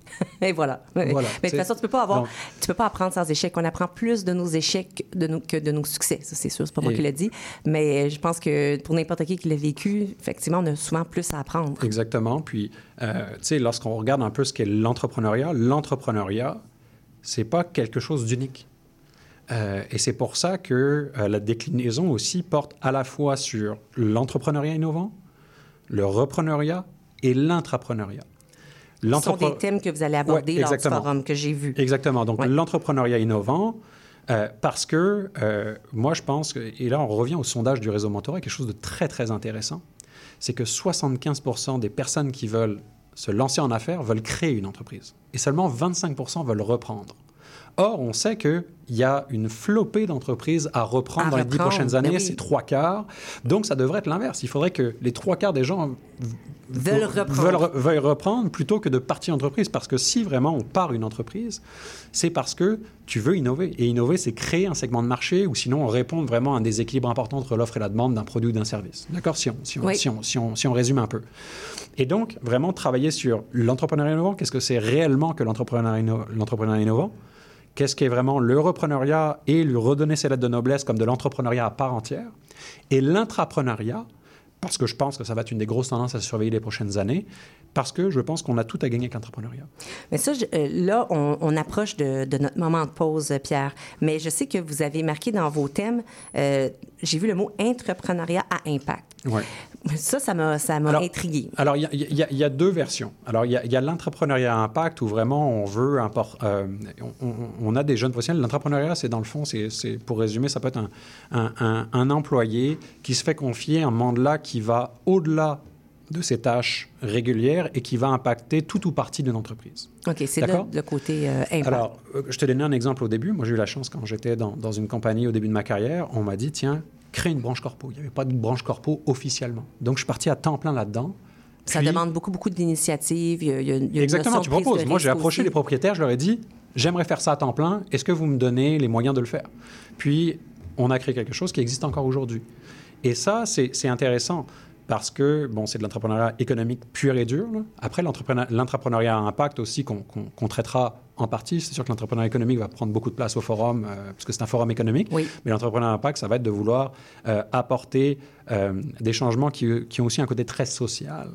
Et voilà. voilà. Mais de toute façon, tu ne peux pas avoir, Donc, tu peux pas apprendre sans échec. On apprend plus de nos échecs de nos, que de nos succès. Ça, c'est sûr, c'est pas moi et... qui l'ai dit. Mais je pense que pour n'importe qui qui l'a vécu, effectivement, on a souvent plus à apprendre. Exactement. Puis, euh, tu sais, lorsqu'on regarde un peu ce qu'est l'entrepreneuriat, l'entrepreneuriat, c'est pas quelque chose d'unique. Euh, et c'est pour ça que euh, la déclinaison aussi porte à la fois sur l'entrepreneuriat innovant, le repreneuriat et l'intrapreneuriat. Ce sont des thèmes que vous allez aborder ouais, lors du forum que j'ai vu. Exactement. Donc, ouais. l'entrepreneuriat innovant, euh, parce que euh, moi, je pense, que, et là, on revient au sondage du réseau Mentorat, quelque chose de très, très intéressant, c'est que soixante-quinze pour cent des personnes qui veulent se lancer en affaires veulent créer une entreprise. Et seulement vingt-cinq pour cent veulent reprendre. Or, on sait qu'il y a une flopée d'entreprises à reprendre à dans reprendre, les dix prochaines années, oui. C'est trois quarts. Donc, ça devrait être l'inverse. Il faudrait que les trois quarts des gens veulent reprendre. Veulent, re- veulent reprendre plutôt que de partir entreprise. Parce que si vraiment on part une entreprise, c'est parce que tu veux innover. Et innover, c'est créer un segment de marché ou sinon on répond vraiment à un déséquilibre important entre l'offre et la demande d'un produit ou d'un service. D'accord? Si on, si on, oui. si on, si on, si on résume un peu. Et donc, vraiment travailler sur l'entrepreneuriat innovant. Qu'est-ce que c'est réellement que l'entrepreneuriat, inno- l'entrepreneuriat innovant? Qu'est-ce qui est vraiment le repreneuriat et lui redonner ses lettres de noblesse comme de l'entrepreneuriat à part entière. Et l'intrapreneuriat, parce que je pense que ça va être une des grosses tendances à surveiller les prochaines années, parce que je pense qu'on a tout à gagner avec l'entrepreneuriat. Mais ça, je, euh, là, on, on approche de, de notre moment de pause, Pierre. Mais je sais que vous avez marqué dans vos thèmes, euh, j'ai vu le mot « entrepreneuriat à impact ». Oui. Ça, ça m'a, ça m'a alors, intrigué. Alors, il y, y, y a deux versions. Alors, il y, y a l'entrepreneuriat à impact où vraiment on veut... Import, euh, on, on, on a des jeunes professionnels. L'entrepreneuriat, c'est dans le fond, c'est, c'est, pour résumer, ça peut être un, un, un, un employé qui se fait confier un mandat qui va au-delà de ses tâches régulières et qui va impacter tout ou partie d'une entreprise. OK, c'est le, le côté euh, impact. Alors, euh, je te donnais un exemple au début. Moi, j'ai eu la chance, quand j'étais dans, dans une compagnie au début de ma carrière, on m'a dit, tiens, crée une branche corpo. Il n'y avait pas de branche corpo officiellement. Donc, je suis parti à temps plein là-dedans. Ça puis, demande beaucoup, beaucoup d'initiatives. Il y a, il y a une exactement, tu proposes. Moi, j'ai approché aussi. les propriétaires, je leur ai dit, j'aimerais faire ça à temps plein. Est-ce que vous me donnez les moyens de le faire? Puis, on a créé quelque chose qui existe encore aujourd'hui. Et ça, c'est, c'est intéressant. Parce que, bon, c'est de l'entrepreneuriat économique pur et dur. Là. Après, l'entrepreneuriat, l'entrepreneuriat à impact aussi, qu'on, qu'on, qu'on traitera en partie. C'est sûr que l'entrepreneuriat économique va prendre beaucoup de place au forum, euh, parce que c'est un forum économique. Oui. Mais l'entrepreneuriat à impact, ça va être de vouloir euh, apporter euh, des changements qui, qui ont aussi un côté très social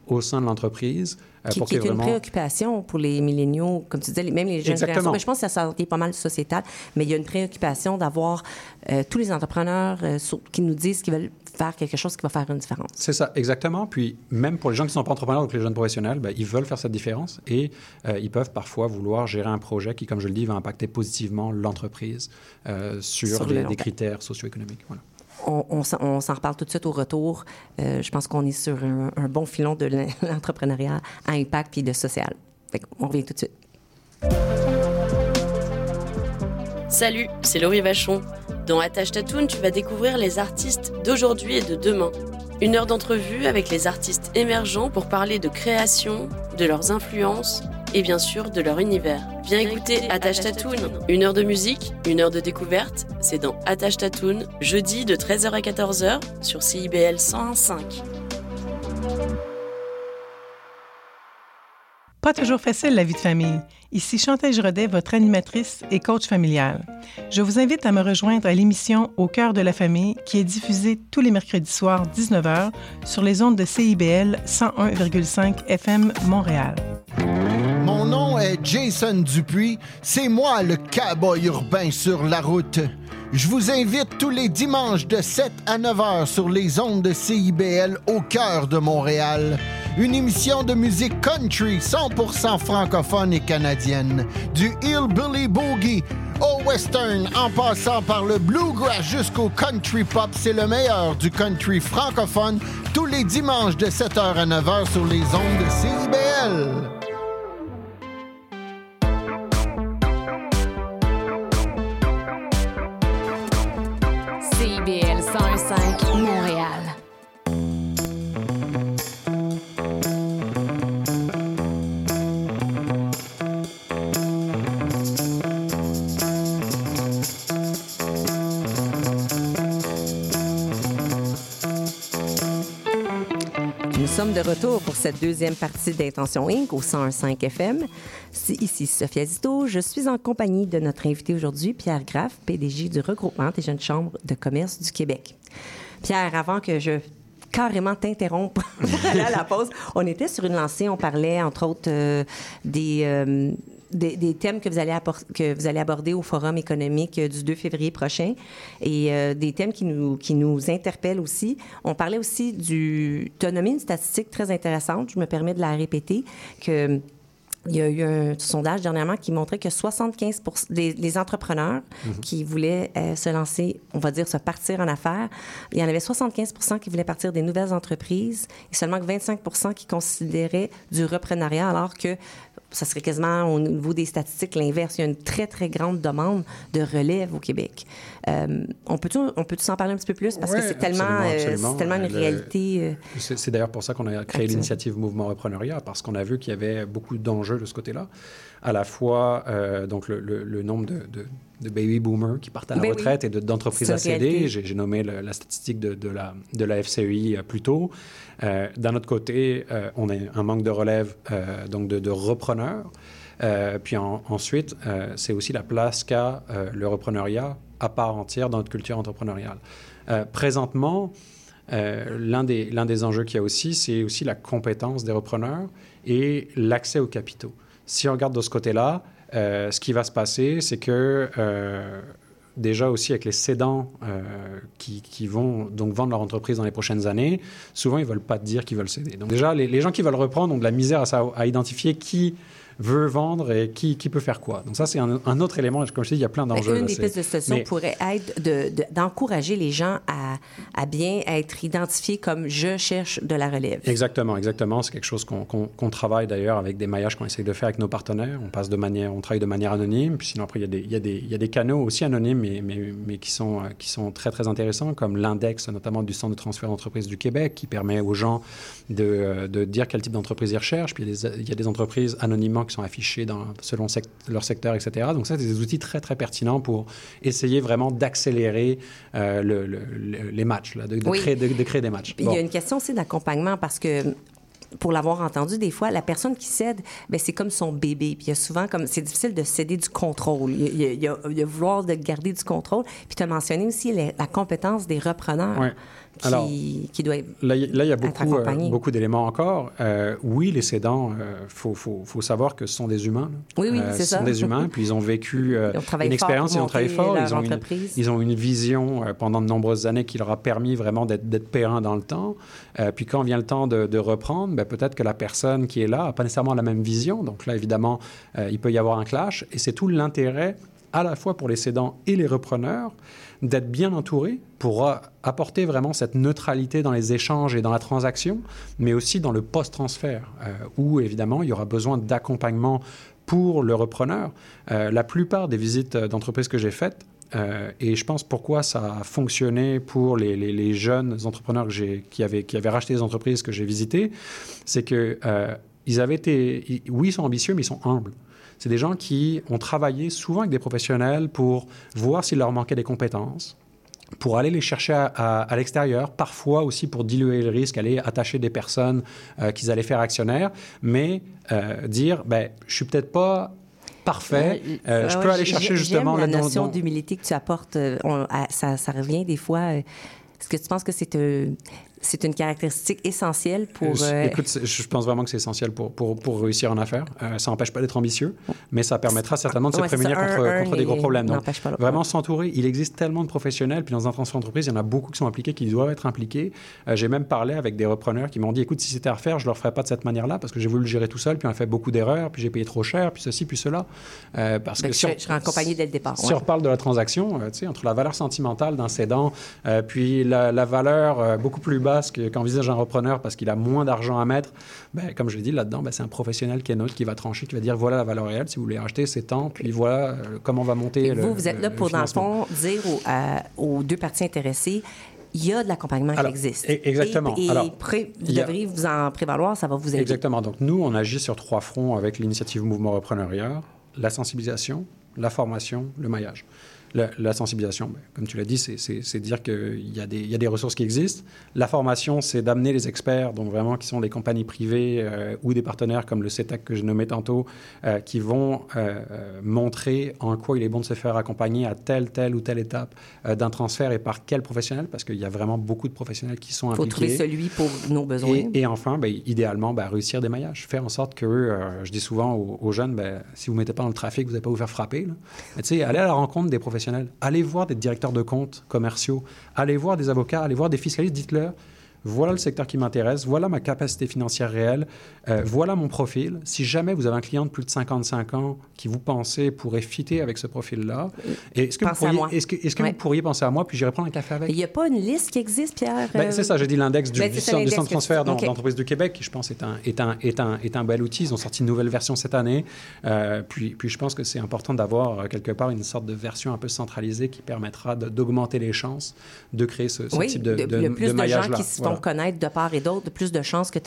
au sein de l'entreprise. Euh, qui pour qui est vraiment... une préoccupation pour les milléniaux, comme tu disais, même les jeunes Exactement. générations. Mais je pense que ça est pas mal sociétal, mais il y a une préoccupation d'avoir euh, tous les entrepreneurs euh, sur, qui nous disent qu'ils veulent faire quelque chose qui va faire une différence. C'est ça, exactement. Puis même pour les gens qui ne sont pas entrepreneurs, donc les jeunes professionnels, ben, ils veulent faire cette différence et euh, ils peuvent parfois vouloir gérer un projet qui, comme je le dis, va impacter positivement l'entreprise euh, sur, Sur des, le des critères socio-économiques. Voilà. On, on, s'en- on s'en reparle tout de suite au retour. Euh, je pense qu'on est sur un, un bon filon de l'entrepreneuriat à impact puis de social. Fait qu'on revient tout de suite. Salut, c'est Laurie Vachon. Dans Attache Tatoune, tu vas découvrir les artistes d'aujourd'hui et de demain. Une heure d'entrevue avec les artistes émergents pour parler de création, de leurs influences et bien sûr de leur univers. Viens écouter Attache Tatoune. Une heure de musique, une heure de découverte, c'est dans Attache Tatoune, jeudi de treize heures à quatorze heures sur C I B L cent un virgule cinq. Pas toujours facile la vie de famille. Ici Chantal Giraudet, votre animatrice et coach familial. Je vous invite à me rejoindre à l'émission Au cœur de la famille qui est diffusée tous les mercredis soirs dix-neuf heures sur les ondes de C I B L cent un virgule cinq F M Montréal. Mon nom est Jason Dupuis. C'est moi le cowboy urbain sur la route. Je vous invite tous les dimanches de sept à neuf heures sur les ondes de C I B L au cœur de Montréal. Une émission de musique country cent pour cent francophone et canadienne. Du hillbilly boogie au western en passant par le bluegrass jusqu'au country pop. C'est le meilleur du country francophone tous les dimanches de sept heures à neuf heures sur les ondes de C I B L. C I B L cent un virgule cinq Montréal. Nous sommes de retour pour cette deuxième partie d'Intention Incorporée au cent un virgule cinq F M. C'est ici Sophia Zito. Je suis en compagnie de notre invité aujourd'hui, Pierre Graff, P D G du regroupement des jeunes chambres de commerce du Québec. Pierre, avant que je carrément t'interrompre pour aller à la pause, on était sur une lancée, on parlait entre autres euh, des... Euh, Des, des thèmes que vous, allez appor- que vous allez aborder au Forum économique euh, du deux février prochain et euh, des thèmes qui nous, qui nous interpellent aussi. On parlait aussi du... Tu as nommé une statistique très intéressante, je me permets de la répéter, que... Il y a eu un sondage dernièrement qui montrait que soixante-quinze pour cent des les entrepreneurs mm-hmm. qui voulaient euh, se lancer, on va dire se partir en affaires, il y en avait soixante-quinze pour cent qui voulaient partir des nouvelles entreprises et seulement vingt-cinq pour cent qui considéraient du reprenariat, alors que ça serait quasiment au niveau des statistiques l'inverse. Il y a une très, très grande demande de relève au Québec. Euh, on peut-tu on peut s'en parler un petit peu plus? Parce ouais, que c'est tellement, absolument, absolument. Euh, c'est tellement une Le, réalité... Euh, c'est, c'est d'ailleurs pour ça qu'on a créé l'initiative Mouvement Repreneuriat, parce qu'on a vu qu'il y avait beaucoup d'enjeux de ce côté-là. À la fois, euh, donc le, le, le nombre de, de, de baby boomers qui partent à la ben retraite oui. et de, d'entreprises à céder. J'ai, j'ai nommé le, la statistique de, de, la, de la F C E I plus tôt. Euh, d'un autre côté, euh, on a un manque de relève, euh, donc de, de repreneurs. Euh, puis en, ensuite, euh, c'est aussi la place qu'a euh, le repreneuriat à part entière dans notre culture entrepreneuriale. Euh, présentement, euh, l'un, des, l'un des enjeux qu'il y a aussi, c'est aussi la compétence des repreneurs et l'accès aux capitaux. Si on regarde de ce côté-là, euh, ce qui va se passer, c'est que euh, déjà aussi avec les cédants euh, qui, qui vont donc vendre leur entreprise dans les prochaines années, souvent ils ne veulent pas dire qu'ils veulent céder. Donc déjà, les, les gens qui veulent reprendre ont de la misère à, savoir, à identifier qui veut vendre et qui, qui peut faire quoi. Donc ça, c'est un, un autre élément. Comme je te dis, il y a plein d'enjeux. Une là, des c'est... pistes de solution Mais... pourrait être de, de, d'encourager les gens à, à bien être identifiés comme « je cherche de la relève ». Exactement, exactement. C'est quelque chose qu'on, qu'on, qu'on travaille d'ailleurs avec des maillages qu'on essaie de faire avec nos partenaires. On, passe de manière, on travaille de manière anonyme. Puis sinon, après, il y a des, il y a des, il y a des canaux aussi anonymes, mais, mais, mais qui, sont, qui sont très, très intéressants, comme l'index, notamment du Centre de transfert d'entreprise du Québec, qui permet aux gens de, de dire quel type d'entreprise ils recherchent. Puis il y a des, il y a des entreprises anonymement qui sont affichées dans selon sect- leur secteur, et cetera. Donc ça, c'est des outils très, très pertinents pour essayer vraiment d'accélérer euh, le, le, le, les matchs, là, de, de, oui. créer, de, de créer des matchs. Il bon. y a une question aussi d'accompagnement parce que pour l'avoir entendu, des fois, la personne qui cède, bien, c'est comme son bébé. Puis il y a souvent comme... C'est difficile de céder du contrôle. Il y a, il y a, il y a vouloir de garder du contrôle. Puis tu as mentionné aussi les, la compétence des repreneurs. Oui. qui, Alors, qui doit là, il y a beaucoup, euh, accompagné. beaucoup d'éléments encore. Euh, oui, les cédants, il euh, faut, faut, faut savoir que ce sont des humains. Là. Oui, oui, euh, c'est ce ça. sont des humains, puis ils ont vécu euh, ils ont une expérience, ils ont travaillé fort, ils ont, une, entreprise. ils ont une vision euh, pendant de nombreuses années qui leur a permis vraiment d'être, d'être périn dans le temps. Euh, puis quand vient le temps de, de reprendre, ben, peut-être que la personne qui est là n'a pas nécessairement la même vision. Donc là, évidemment, euh, il peut y avoir un clash. Et c'est tout l'intérêt, à la fois pour les cédants et les repreneurs, d'être bien entourés pour apporter vraiment cette neutralité dans les échanges et dans la transaction, mais aussi dans le post-transfert, euh, où évidemment, il y aura besoin d'accompagnement pour le repreneur. Euh, la plupart des visites d'entreprise que j'ai faites, euh, et je pense pourquoi ça a fonctionné pour les, les, les jeunes entrepreneurs que j'ai, qui, avaient, qui avaient racheté des entreprises que j'ai visitées, c'est que euh, ils avaient été, ils, oui, ils sont ambitieux, mais ils sont humbles. C'est des gens qui ont travaillé souvent avec des professionnels pour voir s'il leur manquait des compétences, pour aller les chercher à, à, à l'extérieur, parfois aussi pour diluer le risque, aller attacher des personnes euh, qu'ils allaient faire actionnaires, mais euh, dire, ben, je suis peut-être pas parfait, euh, euh, je peux ouais, aller chercher justement... J'aime la là, notion dans, dans... d'humilité que tu apportes, euh, on, à, ça, ça revient des fois... Euh, est-ce que tu penses que c'est, euh, c'est une caractéristique essentielle pour... Euh... Écoute, je pense vraiment que c'est essentiel pour, pour, pour réussir en affaires. Euh, ça n'empêche pas d'être ambitieux, mais ça permettra certainement de se ouais, prémunir contre, un, contre un des gros problèmes. Donc, vraiment s'entourer. Il existe tellement de professionnels, puis dans un transfert d'entreprise, il y en a beaucoup qui sont impliqués, qui doivent être impliqués. Euh, j'ai même parlé avec des repreneurs qui m'ont dit, écoute, si c'était à refaire, je ne le referais pas de cette manière-là, parce que j'ai voulu le gérer tout seul, puis on a fait beaucoup d'erreurs, puis j'ai payé trop cher, puis ceci, puis cela. Euh, parce ben, que je, si on, je serais accompagné dès le départ. Si ouais. on reparle de la transaction, euh, tu sais, entre la valeur sentimentale d'un cédant, euh, puis la, la valeur euh, beaucoup plus basse que, qu'envisage un repreneur parce qu'il a moins d'argent à mettre, ben, comme je l'ai dit là-dedans, ben, c'est un professionnel qui est neutre, qui va trancher, qui va dire voilà la valeur réelle, si vous voulez acheter, c'est tant, puis voilà euh, comment on va monter et le Vous, vous êtes là le, pour, le dans le fond, dire aux, à, aux deux parties intéressées, il y a de l'accompagnement Alors, qui existe. Exactement. Et, et Alors, pré- vous a... devriez vous en prévaloir, ça va vous aider. Exactement. Donc, nous, on agit sur trois fronts avec l'initiative Mouvement Repreneuriat, la sensibilisation, la formation, le maillage. La, la sensibilisation, ben, comme tu l'as dit, c'est, c'est, c'est dire qu'il y a, des, il y a des ressources qui existent. La formation, c'est d'amener les experts, donc vraiment qui sont des compagnies privées euh, ou des partenaires comme le C E T A C que j'ai nommé tantôt, euh, qui vont euh, montrer en quoi il est bon de se faire accompagner à telle, telle ou telle étape euh, d'un transfert et par quel professionnel, parce qu'il y a vraiment beaucoup de professionnels qui sont impliqués. Il faut trouver celui pour nos besoins. Et, et enfin, ben, idéalement, ben, réussir des maillages. Faire en sorte que, euh, je dis souvent aux, aux jeunes, ben, si vous ne mettez pas dans le trafic, vous n'allez pas vous faire frapper. Là. Mais, tu sais, allez à la rencontre des professionnels. Allez voir des directeurs de comptes commerciaux, allez voir des avocats, allez voir des fiscalistes, dites-leur, voilà le secteur qui m'intéresse, voilà ma capacité financière réelle, euh, voilà mon profil. Si jamais vous avez un client de plus de cinquante-cinq ans qui vous pensez pourrait fitter avec ce profil-là, est-ce que, vous pourriez, est-ce que, est-ce que ouais. vous pourriez penser à moi, puis j'irai prendre un café avec? Il n'y a pas une liste qui existe, Pierre? Ben, euh... c'est ça, j'ai dit l'index du, ben, du, centre, du centre de transfert dans, okay. d'entreprise du Québec, qui je pense est un, est, un, est, un, est un bel outil. Ils ont sorti une nouvelle version cette année. Euh, puis, puis je pense que c'est important d'avoir quelque part une sorte de version un peu centralisée qui permettra de, d'augmenter les chances de créer ce, ce oui, type de, de, de, le plus de maillage-là. De gens qui se voilà. font connaître de part et d'autre, plus de chances que tu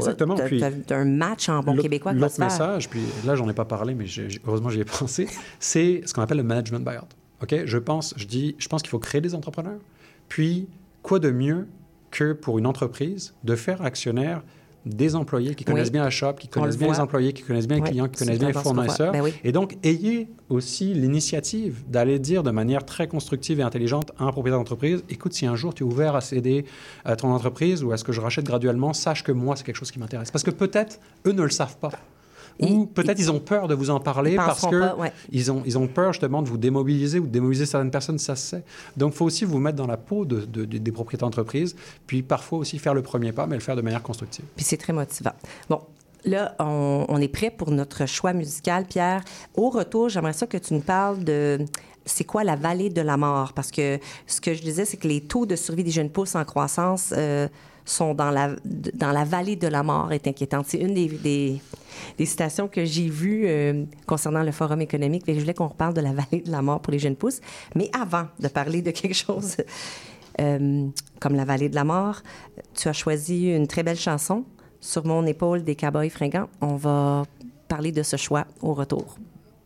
as un match en bon l'autre, québécois. L'autre message, puis là, j'en ai pas parlé, mais j'ai, heureusement, j'y ai pensé, c'est ce qu'on appelle le management buyout. OK? Je pense, je dis, je pense qu'il faut créer des entrepreneurs. Puis, quoi de mieux que pour une entreprise de faire actionnaire des employés qui connaissent oui. bien la shop, qui connaissent bien voit. les employés, qui connaissent bien oui. les clients, qui connaissent bien les fournisseurs. Ben oui. Et donc, ayez aussi l'initiative d'aller dire de manière très constructive et intelligente à un propriétaire d'entreprise, écoute, si un jour tu es ouvert à céder à ton entreprise ou à ce que je rachète graduellement, sache que moi, c'est quelque chose qui m'intéresse. Parce que peut-être, eux ne le savent pas. Ou peut-être ils, ils ont peur de vous en parler parce qu'ils ouais. ils ont, ils ont peur justement de vous démobiliser ou de démobiliser certaines personnes, ça se sait. Donc, il faut aussi vous mettre dans la peau de, de, de, des propriétaires d'entreprise, puis parfois aussi faire le premier pas, mais le faire de manière constructive. Puis c'est très motivant. Bon, là, on, on est prêt pour notre choix musical. Pierre, au retour, j'aimerais ça que tu nous parles de... C'est quoi la vallée de la mort? Parce que ce que je disais, c'est que les taux de survie des jeunes pousses en croissance... Euh, sont dans la, dans la vallée de la mort est inquiétante. C'est une des, des, des citations que j'ai vues euh, concernant le Forum économique. Je voulais qu'on reparle de la vallée de la mort pour les jeunes pousses. Mais avant de parler de quelque chose euh, comme la vallée de la mort, tu as choisi une très belle chanson, Sur mon épaule des Cowboys fringants. On va parler de ce choix au retour.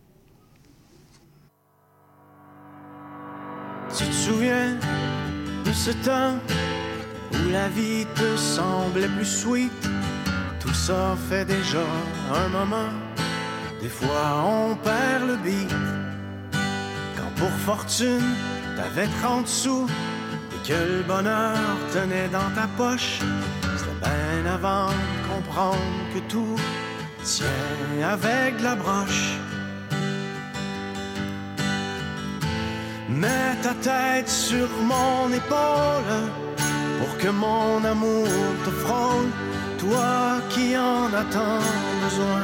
Tu te souviens de ce temps où la vie te semblait plus sweet? Tout ça fait déjà un moment. Des fois on perd le beat. Quand pour fortune t'avais trente sous et que le bonheur tenait dans ta poche. C'était bien avant de comprendre que tout tient avec de la broche. Mets ta tête sur mon épaule pour que mon amour te frôle, toi qui en as tant besoin.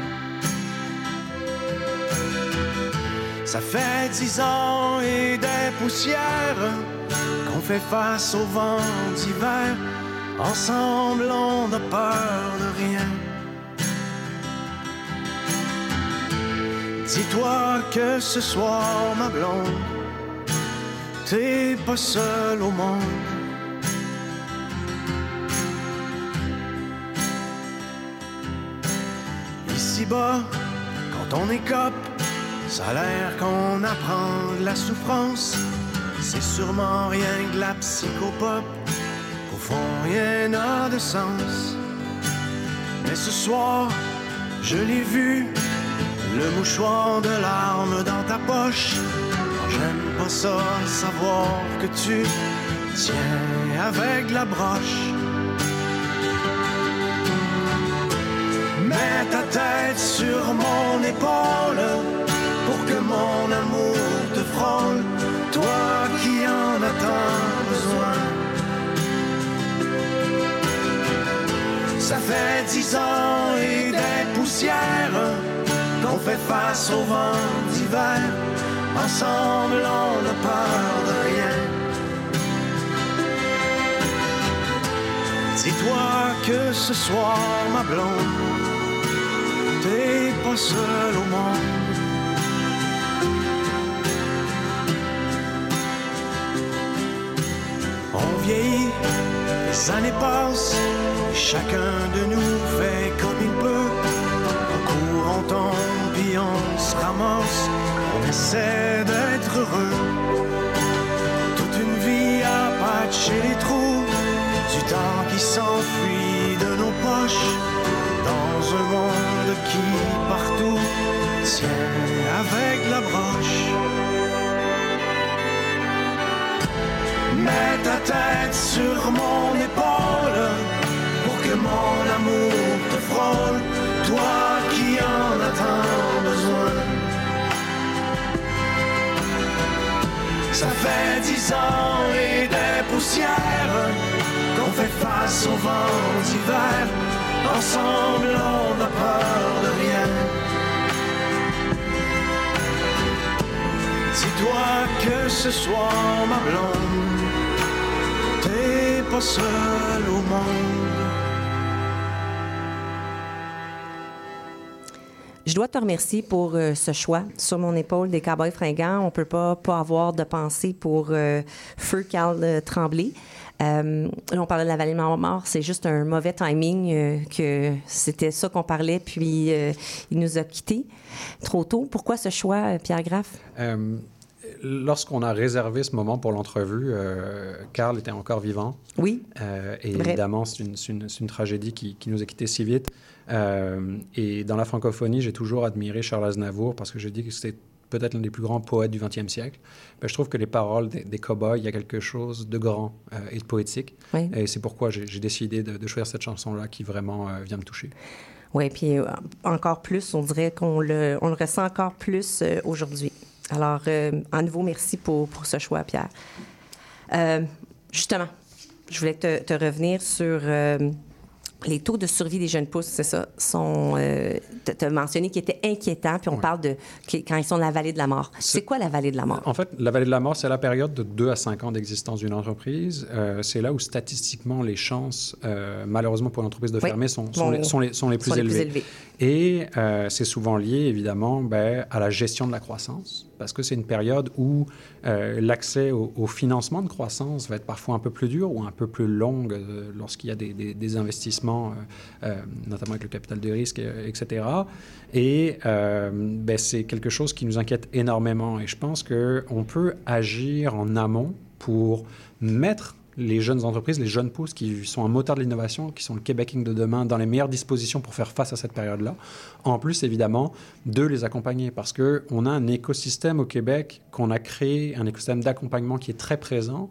Ça fait dix ans et des poussières qu'on fait face au vent d'hiver. Ensemble on n'a peur de rien. Dis-toi que ce soir ma blonde, t'es pas seule au monde. Ici-bas, quand on écope, ça a l'air qu'on apprend de la souffrance. C'est sûrement rien que de la psychopop, qu'au fond rien n'a de sens. Mais ce soir, je l'ai vu, le mouchoir de larmes dans ta poche. J'aime pas ça, savoir que tu tiens avec la broche. Mets ta tête sur mon épaule pour que mon amour te frôle, toi qui en as tant besoin. Ça fait dix ans et des poussières qu'on fait face au vent d'hiver. Ensemble on n'a peur de rien. Dis-toi que ce soir ma blonde, t'es pas seule au monde. On vieillit, les années passent, et chacun de nous fait comme il peut. On court, on tombe, puis on se ramasse, on essaie d'être heureux. Toute une vie à patcher les trous du temps qui s'enfuit de nos poches, dans un monde qui partout tient avec la broche. Mets ta tête sur mon épaule pour que mon amour te frôle, toi qui en as tant besoin. Ça fait dix ans et des poussières qu'on fait face au vent d'hiver. Ensemble on n'a peur de rien. Dis-toi que ce soir ma blonde, t'es pas seule au monde. Je dois te remercier pour euh, ce choix sur mon épaule des Cowboys fringants. On peut pas pas avoir de pensée pour euh, Feu Carl euh, Tremblay. Euh, on parlait de la vallée de la mort, c'est juste un mauvais timing euh, que c'était ça qu'on parlait, puis euh, il nous a quittés trop tôt. Pourquoi ce choix, Pierre Graff? Euh, lorsqu'on a réservé ce moment pour l'entrevue, euh, Carl était encore vivant. Oui. Euh, et vrai. Évidemment, c'est une, c'est une, c'est une tragédie qui, qui nous a quittés si vite. Euh, et dans la francophonie, j'ai toujours admiré Charles Aznavour parce que je dis que c'était peut-être l'un des plus grands poètes du vingtième siècle. Ben, je trouve que les paroles des, des cow-boys, il y a quelque chose de grand euh, et de poétique. Oui. Et c'est pourquoi j'ai, j'ai décidé de, de choisir cette chanson-là qui vraiment euh, vient me toucher. Oui, puis euh, encore plus, on dirait qu'on le, on le ressent encore plus euh, aujourd'hui. Alors, euh, à nouveau, merci pour, pour ce choix, Pierre. Euh, justement, je voulais te, te revenir sur euh, les taux de survie des jeunes pousses, c'est ça, sont, euh, tu as mentionné qu'ils étaient inquiétants, puis on oui. parle de quand ils sont dans la vallée de la mort. C'est, c'est quoi la vallée de la mort? En fait, la vallée de la mort, c'est la période de deux à cinq ans d'existence d'une entreprise. Euh, c'est là où, statistiquement, les chances, euh, malheureusement pour l'entreprise de oui. fermer, sont, sont, bon, les, sont, les, sont les plus sont élevées. Les plus élevées. Et euh, c'est souvent lié, évidemment, ben, à la gestion de la croissance, parce que c'est une période où euh, l'accès au, au financement de croissance va être parfois un peu plus dur ou un peu plus long euh, lorsqu'il y a des, des, des investissements, euh, euh, notamment avec le capital de risque, et cetera. Et euh, ben, c'est quelque chose qui nous inquiète énormément. Et je pense qu'on peut agir en amont pour mettre les jeunes entreprises, les jeunes pousses qui sont un moteur de l'innovation, qui sont le Québéking de demain, dans les meilleures dispositions pour faire face à cette période-là. En plus, évidemment, de les accompagner parce qu'on a un écosystème au Québec qu'on a créé, un écosystème d'accompagnement qui est très présent,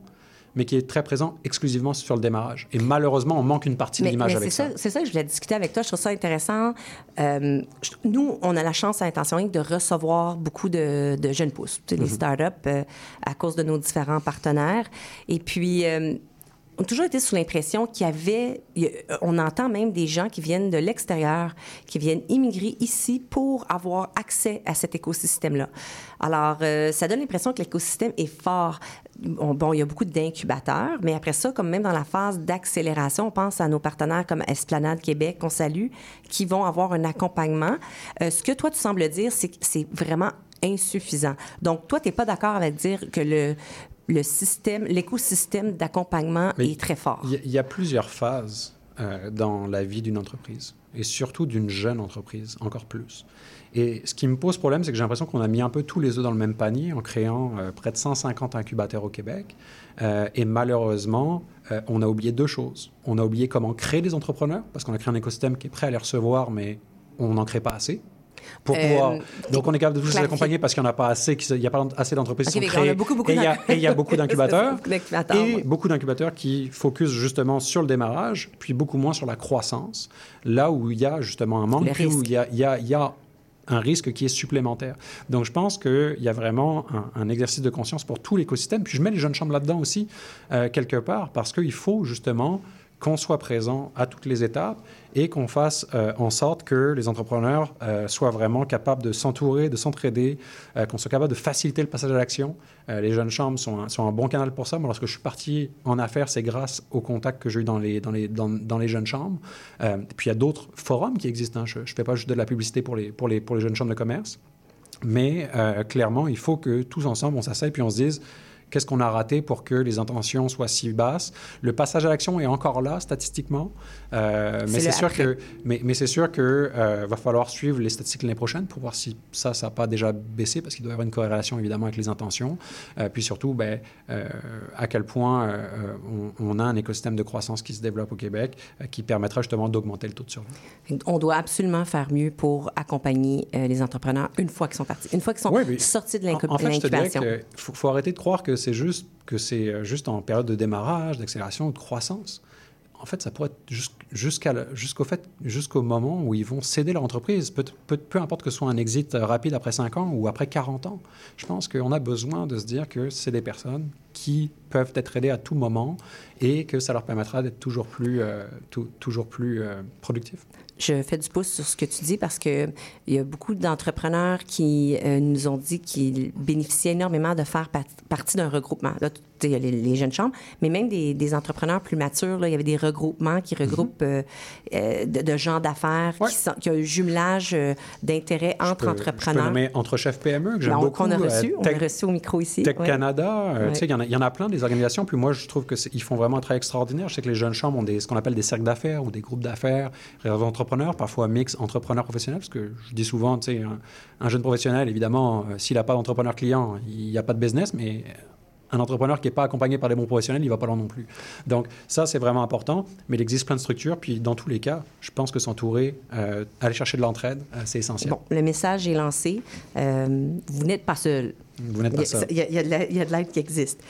mais qui est très présent exclusivement sur le démarrage. Et malheureusement, on manque une partie de mais, l'image mais avec c'est ça. ça. C'est ça que je voulais discuter avec toi. Je trouve ça intéressant. Euh, je, nous, on a la chance à Intention Inc de recevoir beaucoup de, de jeunes pousses, tu sais, les Mm-hmm. startups, euh, à cause de nos différents partenaires. Et puis, euh, on a toujours été sous l'impression qu'il y avait... il y a- on entend même des gens qui viennent de l'extérieur, qui viennent immigrer ici pour avoir accès à cet écosystème-là. Alors, euh, ça donne l'impression que l'écosystème est fort. Bon, bon, il y a beaucoup d'incubateurs, mais après ça, comme même dans la phase d'accélération, on pense à nos partenaires comme Esplanade Québec, qu'on salue, qui vont avoir un accompagnement. Euh, ce que toi, tu sembles dire, c'est que c'est vraiment insuffisant. Donc, toi, tu n'es pas d'accord avec dire que le, le système, l'écosystème d'accompagnement Mais est très fort. Il y, a- il y a plusieurs phases euh, dans la vie d'une entreprise, et surtout d'une jeune entreprise, encore plus. Et ce qui me pose problème, c'est que j'ai l'impression qu'on a mis un peu tous les œufs dans le même panier en créant euh, près de cent cinquante incubateurs au Québec. Euh, et malheureusement, euh, on a oublié deux choses. On a oublié comment créer des entrepreneurs, parce qu'on a créé un écosystème qui est prêt à les recevoir, mais on n'en crée pas assez. Pour Euh, pouvoir... Donc, on est capable de tous les clarifier. accompagner parce qu'il n'y en a pas assez, qu'il n'y a pas assez d'entreprises Ok, qui sont mais on a créées. beaucoup, beaucoup et il y a- d'inc- et il y a beaucoup d'incubateurs. Beaucoup d'incubateurs, Et ouais. beaucoup d'incubateurs qui focusent justement sur le démarrage, puis beaucoup moins sur la croissance, là où il y a justement un manque, Le puis où risque. il y a, il y a- il y a un risque qui est supplémentaire. Donc, je pense qu'il y a vraiment un, un exercice de conscience pour tout l'écosystème. Puis, je mets les jeunes chambres là-dedans aussi, euh, quelque part, parce qu'il faut justement qu'on soit présent à toutes les étapes et qu'on fasse euh, en sorte que les entrepreneurs euh, soient vraiment capables de s'entourer, de s'entraider, euh, qu'on soit capable de faciliter le passage à l'action. Euh, les jeunes chambres sont un, sont un bon canal pour ça. Moi, lorsque je suis parti en affaires, c'est grâce aux contacts que j'ai eu dans les, dans les, dans, dans les jeunes chambres. Euh, puis, il y a d'autres forums qui existent. Hein. Je ne fais pas juste de la publicité pour les, pour les, pour les jeunes chambres de commerce. Mais euh, clairement, il faut que tous ensemble, on s'asseye puis on se dise... Qu'est-ce qu'on a raté pour que les intentions soient si basses? Le passage à l'action est encore là, statistiquement. Euh, mais c'est sûr après. que, mais, mais c'est sûr que euh, va falloir suivre les statistiques l'année prochaine pour voir si ça, ça n'a pas déjà baissé, parce qu'il doit y avoir une corrélation, évidemment, avec les intentions. Euh, puis surtout, ben, euh, à quel point euh, on, on a un écosystème de croissance qui se développe au Québec euh, qui permettra justement d'augmenter le taux de survie. On doit absolument faire mieux pour accompagner euh, les entrepreneurs une fois qu'ils sont partis, une fois qu'ils sont Oui, mais sortis de En, l'incu- en fait, je te dirais l'incubation. qu'il faut, faut arrêter de croire que c'est juste que c'est euh, juste en période de démarrage, d'accélération ou de croissance. En fait, ça pourrait être jus- jusqu'à le- jusqu'au fait, jusqu'au moment où ils vont céder leur entreprise. Peu, peu, peu importe que ce soit un exit euh, rapide après cinq ans ou après quarante ans. Je pense qu'on a besoin de se dire que c'est des personnes qui peuvent être aidées à tout moment et que ça leur permettra d'être toujours plus, euh, tou- toujours plus euh, productifs. Je fais du pouce sur ce que tu dis parce qu'il y a beaucoup d'entrepreneurs qui euh, nous ont dit qu'ils bénéficiaient énormément de faire pat- partie d'un regroupement. Là, tu sais, il y a les, les jeunes chambres, mais même des, des entrepreneurs plus matures, là, il y avait des regroupements qui regroupent euh, euh, de, de gens d'affaires, Ouais. qui, sont, qui ont un jumelage euh, d'intérêts entre Je peux- Je peux entrepreneurs. nommer Entre Chefs P M E, que j'aime Ben, beaucoup. qu'on a euh, reçu, on Tech- a reçu au micro ici. Tech ouais. Canada, euh, Ouais. tu sais, il y en a- il y en a plein des organisations. Puis moi, je trouve qu'ils font vraiment un travail extraordinaire. Je sais que les jeunes chambres ont des, ce qu'on appelle des cercles d'affaires ou des groupes d'affaires, réseaux entrepreneurs, parfois mix entrepreneurs professionnels, parce que je dis souvent, tu sais, un, un jeune professionnel, évidemment, euh, s'il n'a pas d'entrepreneur client, il n'y a pas de business, mais un entrepreneur qui n'est pas accompagné par des bons professionnels, il ne va pas loin non plus. Donc ça, c'est vraiment important, mais il existe plein de structures. Puis dans tous les cas, je pense que s'entourer, euh, aller chercher de l'entraide, euh, c'est essentiel. Bon, le message est lancé. Euh, vous n'êtes pas seul. Vous n'êtes pas seul. Il y a, il y a de la- il y a de l'aide qui existe.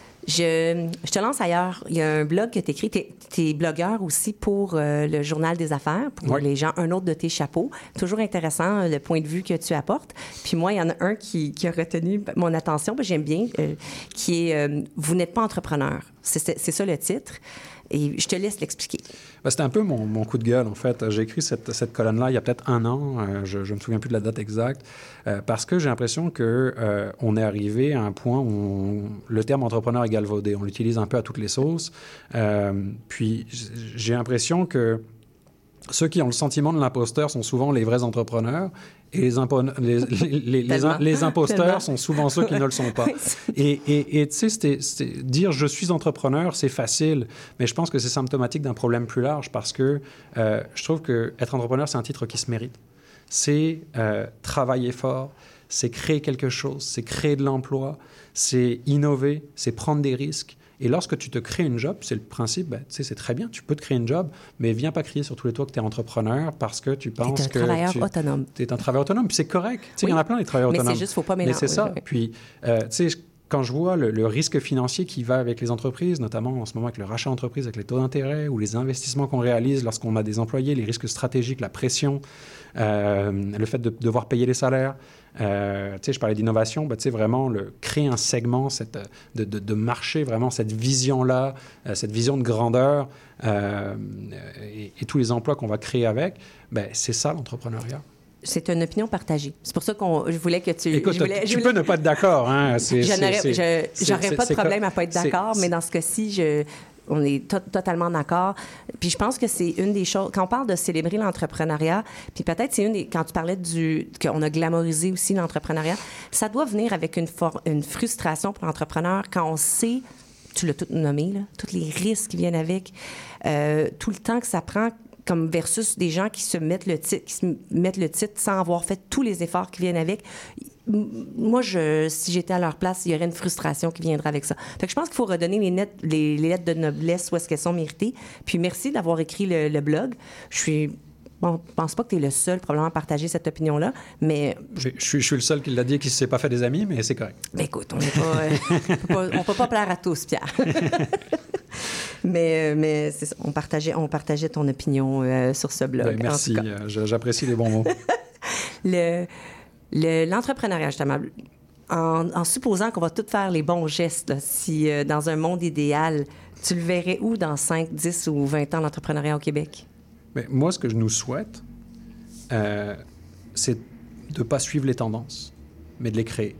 Je, je te lance ailleurs. Il y a un blog que tu écris. Tu es blogueur aussi pour euh, le Journal des affaires, pour Oui. les gens, un autre de tes chapeaux. Toujours intéressant, euh, le point de vue que tu apportes. Puis moi, il y en a un qui, qui a retenu mon attention, ben, j'aime bien, euh, qui est euh, « Vous n'êtes pas entrepreneur ». C'est c'est- c'est ça le titre. Et je te laisse l'expliquer. Ben, c'était un peu mon, mon coup de gueule, en fait. J'ai écrit cette, cette colonne-là il y a peut-être un an, euh, je ne me souviens plus de la date exacte, euh, parce que j'ai l'impression qu'on euh, on est arrivé à un point où on- le terme entrepreneur est galvaudé. On l'utilise un peu à toutes les sauces. Euh, puis j'ai l'impression que ceux qui ont le sentiment de l'imposteur sont souvent les vrais entrepreneurs et les, impo- les, les, les, les, Tellement. les imposteurs Tellement. sont souvent ceux qui ne le sont pas. Et et- et tu sais, c'était- c'était- dire je suis entrepreneur, c'est facile, mais je pense que c'est symptomatique d'un problème plus large parce que euh, je trouve qu'être entrepreneur, c'est un titre qui se mérite. C'est euh, travailler fort, c'est créer quelque chose, c'est créer de l'emploi, c'est innover, c'est prendre des risques. Et lorsque tu te crées une job, c'est le principe, ben, tu sais, c'est très bien, tu peux te créer une job, mais viens pas crier sur tous les toits que tu es entrepreneur parce que tu penses T'es un que... travailleur tu autonome. Tu es un travailleur autonome, puis c'est correct. Tu sais, il Oui. y en a plein, des travailleurs Mais autonomes. c'est juste, faut pas Mais mélanger. c'est ça. Oui. Puis, euh, tu sais, quand je vois le, le risque financier qui va avec les entreprises, notamment en ce moment avec le rachat d'entreprises, avec les taux d'intérêt ou les investissements qu'on réalise lorsqu'on a des employés, les risques stratégiques, la pression, euh, le fait de devoir payer les salaires. Euh, tu sais, je parlais d'innovation, ben, tu sais, vraiment le, créer un segment cette, de, de, de marché, vraiment cette vision-là, euh, cette vision de grandeur euh, et, et tous les emplois qu'on va créer avec, ben, c'est ça l'entrepreneuriat. C'est une opinion partagée. C'est pour ça que je voulais que tu... Écoute, je voulais, tu je peux voulais... ne pas être d'accord. Hein? C'est, je c'est, c'est, je, j'aurais c'est, pas de c'est, problème c'est, à ne pas être d'accord, mais dans ce cas-ci, je, on est to- totalement d'accord. Puis je pense que c'est une des choses... Quand on parle de célébrer l'entrepreneuriat, puis peut-être c'est une des... Quand tu parlais du... qu'on a glamorisé aussi l'entrepreneuriat, ça doit venir avec une, for... une frustration pour l'entrepreneur quand on sait, tu l'as tout nommé, là, tous les risques qui viennent avec, euh, tout le temps que ça prend... comme versus des gens qui se mettent le titre, qui se mettent le titre sans avoir fait tous les efforts qui viennent avec. Moi, je, si j'étais à leur place, il y aurait une frustration qui viendrait avec ça. Fait que je pense qu'il faut redonner les, net, les, les lettres de noblesse où est-ce qu'elles sont méritées. Puis merci d'avoir écrit le, le blog. Je suis... Bon, je pense pas que tu es le seul probablement à partager cette opinion-là, mais... Je, je, suis, je suis le seul qui l'a dit et qui ne s'est pas fait des amis, mais c'est correct. Mais écoute, on ne peut, peut pas plaire à tous, Pierre. mais mais c'est ça, on, partageait, on partageait ton opinion euh, sur ce blog. Ben, merci, euh, j'apprécie les bons mots. le, le, l'entrepreneuriat, justement, en, en supposant qu'on va tous faire les bons gestes, là, si euh, dans un monde idéal, tu le verrais où dans cinq, dix ou vingt ans, l'entrepreneuriat au Québec? Mais moi, ce que je nous souhaite, euh, c'est de ne pas suivre les tendances, mais de les créer.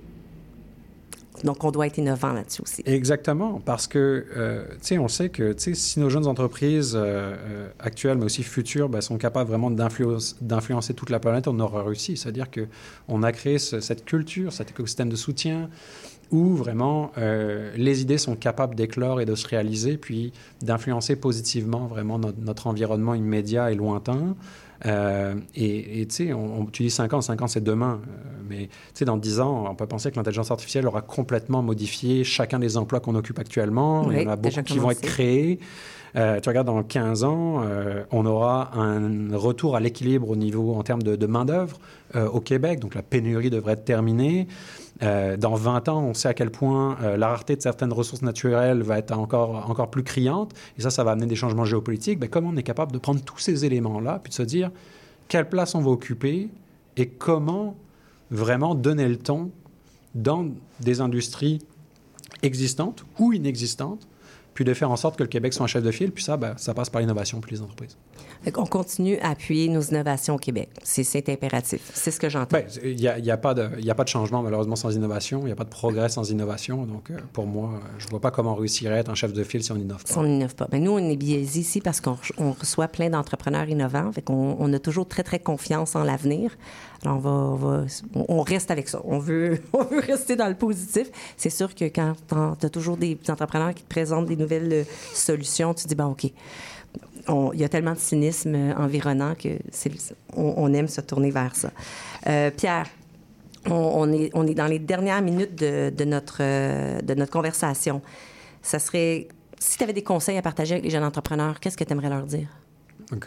Donc, on doit être innovant là-dessus aussi. Exactement, parce que, euh, tu sais, on sait que, tu sais, si nos jeunes entreprises euh, euh, actuelles, mais aussi futures, ben, sont capables vraiment d'influencer, d'influencer toute la planète, on aura réussi. C'est-à-dire qu'on a créé ce, cette culture, cet écosystème de soutien, où vraiment euh, les idées sont capables d'éclore et de se réaliser, puis d'influencer positivement vraiment notre, notre environnement immédiat et lointain. Euh, et tu sais, on, on, tu dis cinq ans, cinq ans c'est demain, euh, mais tu sais, dans dix ans, on peut penser que l'intelligence artificielle aura complètement modifié chacun des emplois qu'on occupe actuellement. Oui, il y en a beaucoup qui commencé. vont être créés. Euh, tu regardes, dans quinze ans, euh, on aura un retour à l'équilibre au niveau, en termes de, de main-d'œuvre euh, au Québec, donc la pénurie devrait être terminée. Euh, dans vingt ans, on sait à quel point euh, la rareté de certaines ressources naturelles va être encore, encore plus criante. Et ça, ça va amener des changements géopolitiques. Ben, comment on est capable de prendre tous ces éléments-là puis de se dire quelle place on va occuper et comment vraiment donner le ton dans des industries existantes ou inexistantes, puis de faire en sorte que le Québec soit un chef de file. Puis ça, ben, ça passe par l'innovation pour les entreprises. On continue à appuyer nos innovations au Québec. C'est, c'est impératif. C'est ce que j'entends. Il n'y a, a, a pas de changement, malheureusement, sans innovation. Il n'y a pas de progrès sans innovation. Donc, euh, pour moi, je ne vois pas comment on réussirait à être un chef de file si on n'innove pas. Si on n'innove pas. Ben, nous, on est biaisés ici parce qu'on on reçoit plein d'entrepreneurs innovants. Fait qu'on on a toujours très, très confiance en l'avenir. Alors, on, va, on, va, on reste avec ça. On veut, on veut rester dans le positif. C'est sûr que quand tu as toujours des entrepreneurs qui te présentent des nouvelles solutions, tu te dis, ben, OK. Il y a tellement de cynisme environnant que c'est, on, on aime se tourner vers ça. Euh, Pierre, on, on, est, on est dans les dernières minutes de, de, notre, euh, de notre conversation. Ça serait, si tu avais des conseils à partager avec les jeunes entrepreneurs, qu'est-ce que tu aimerais leur dire? OK.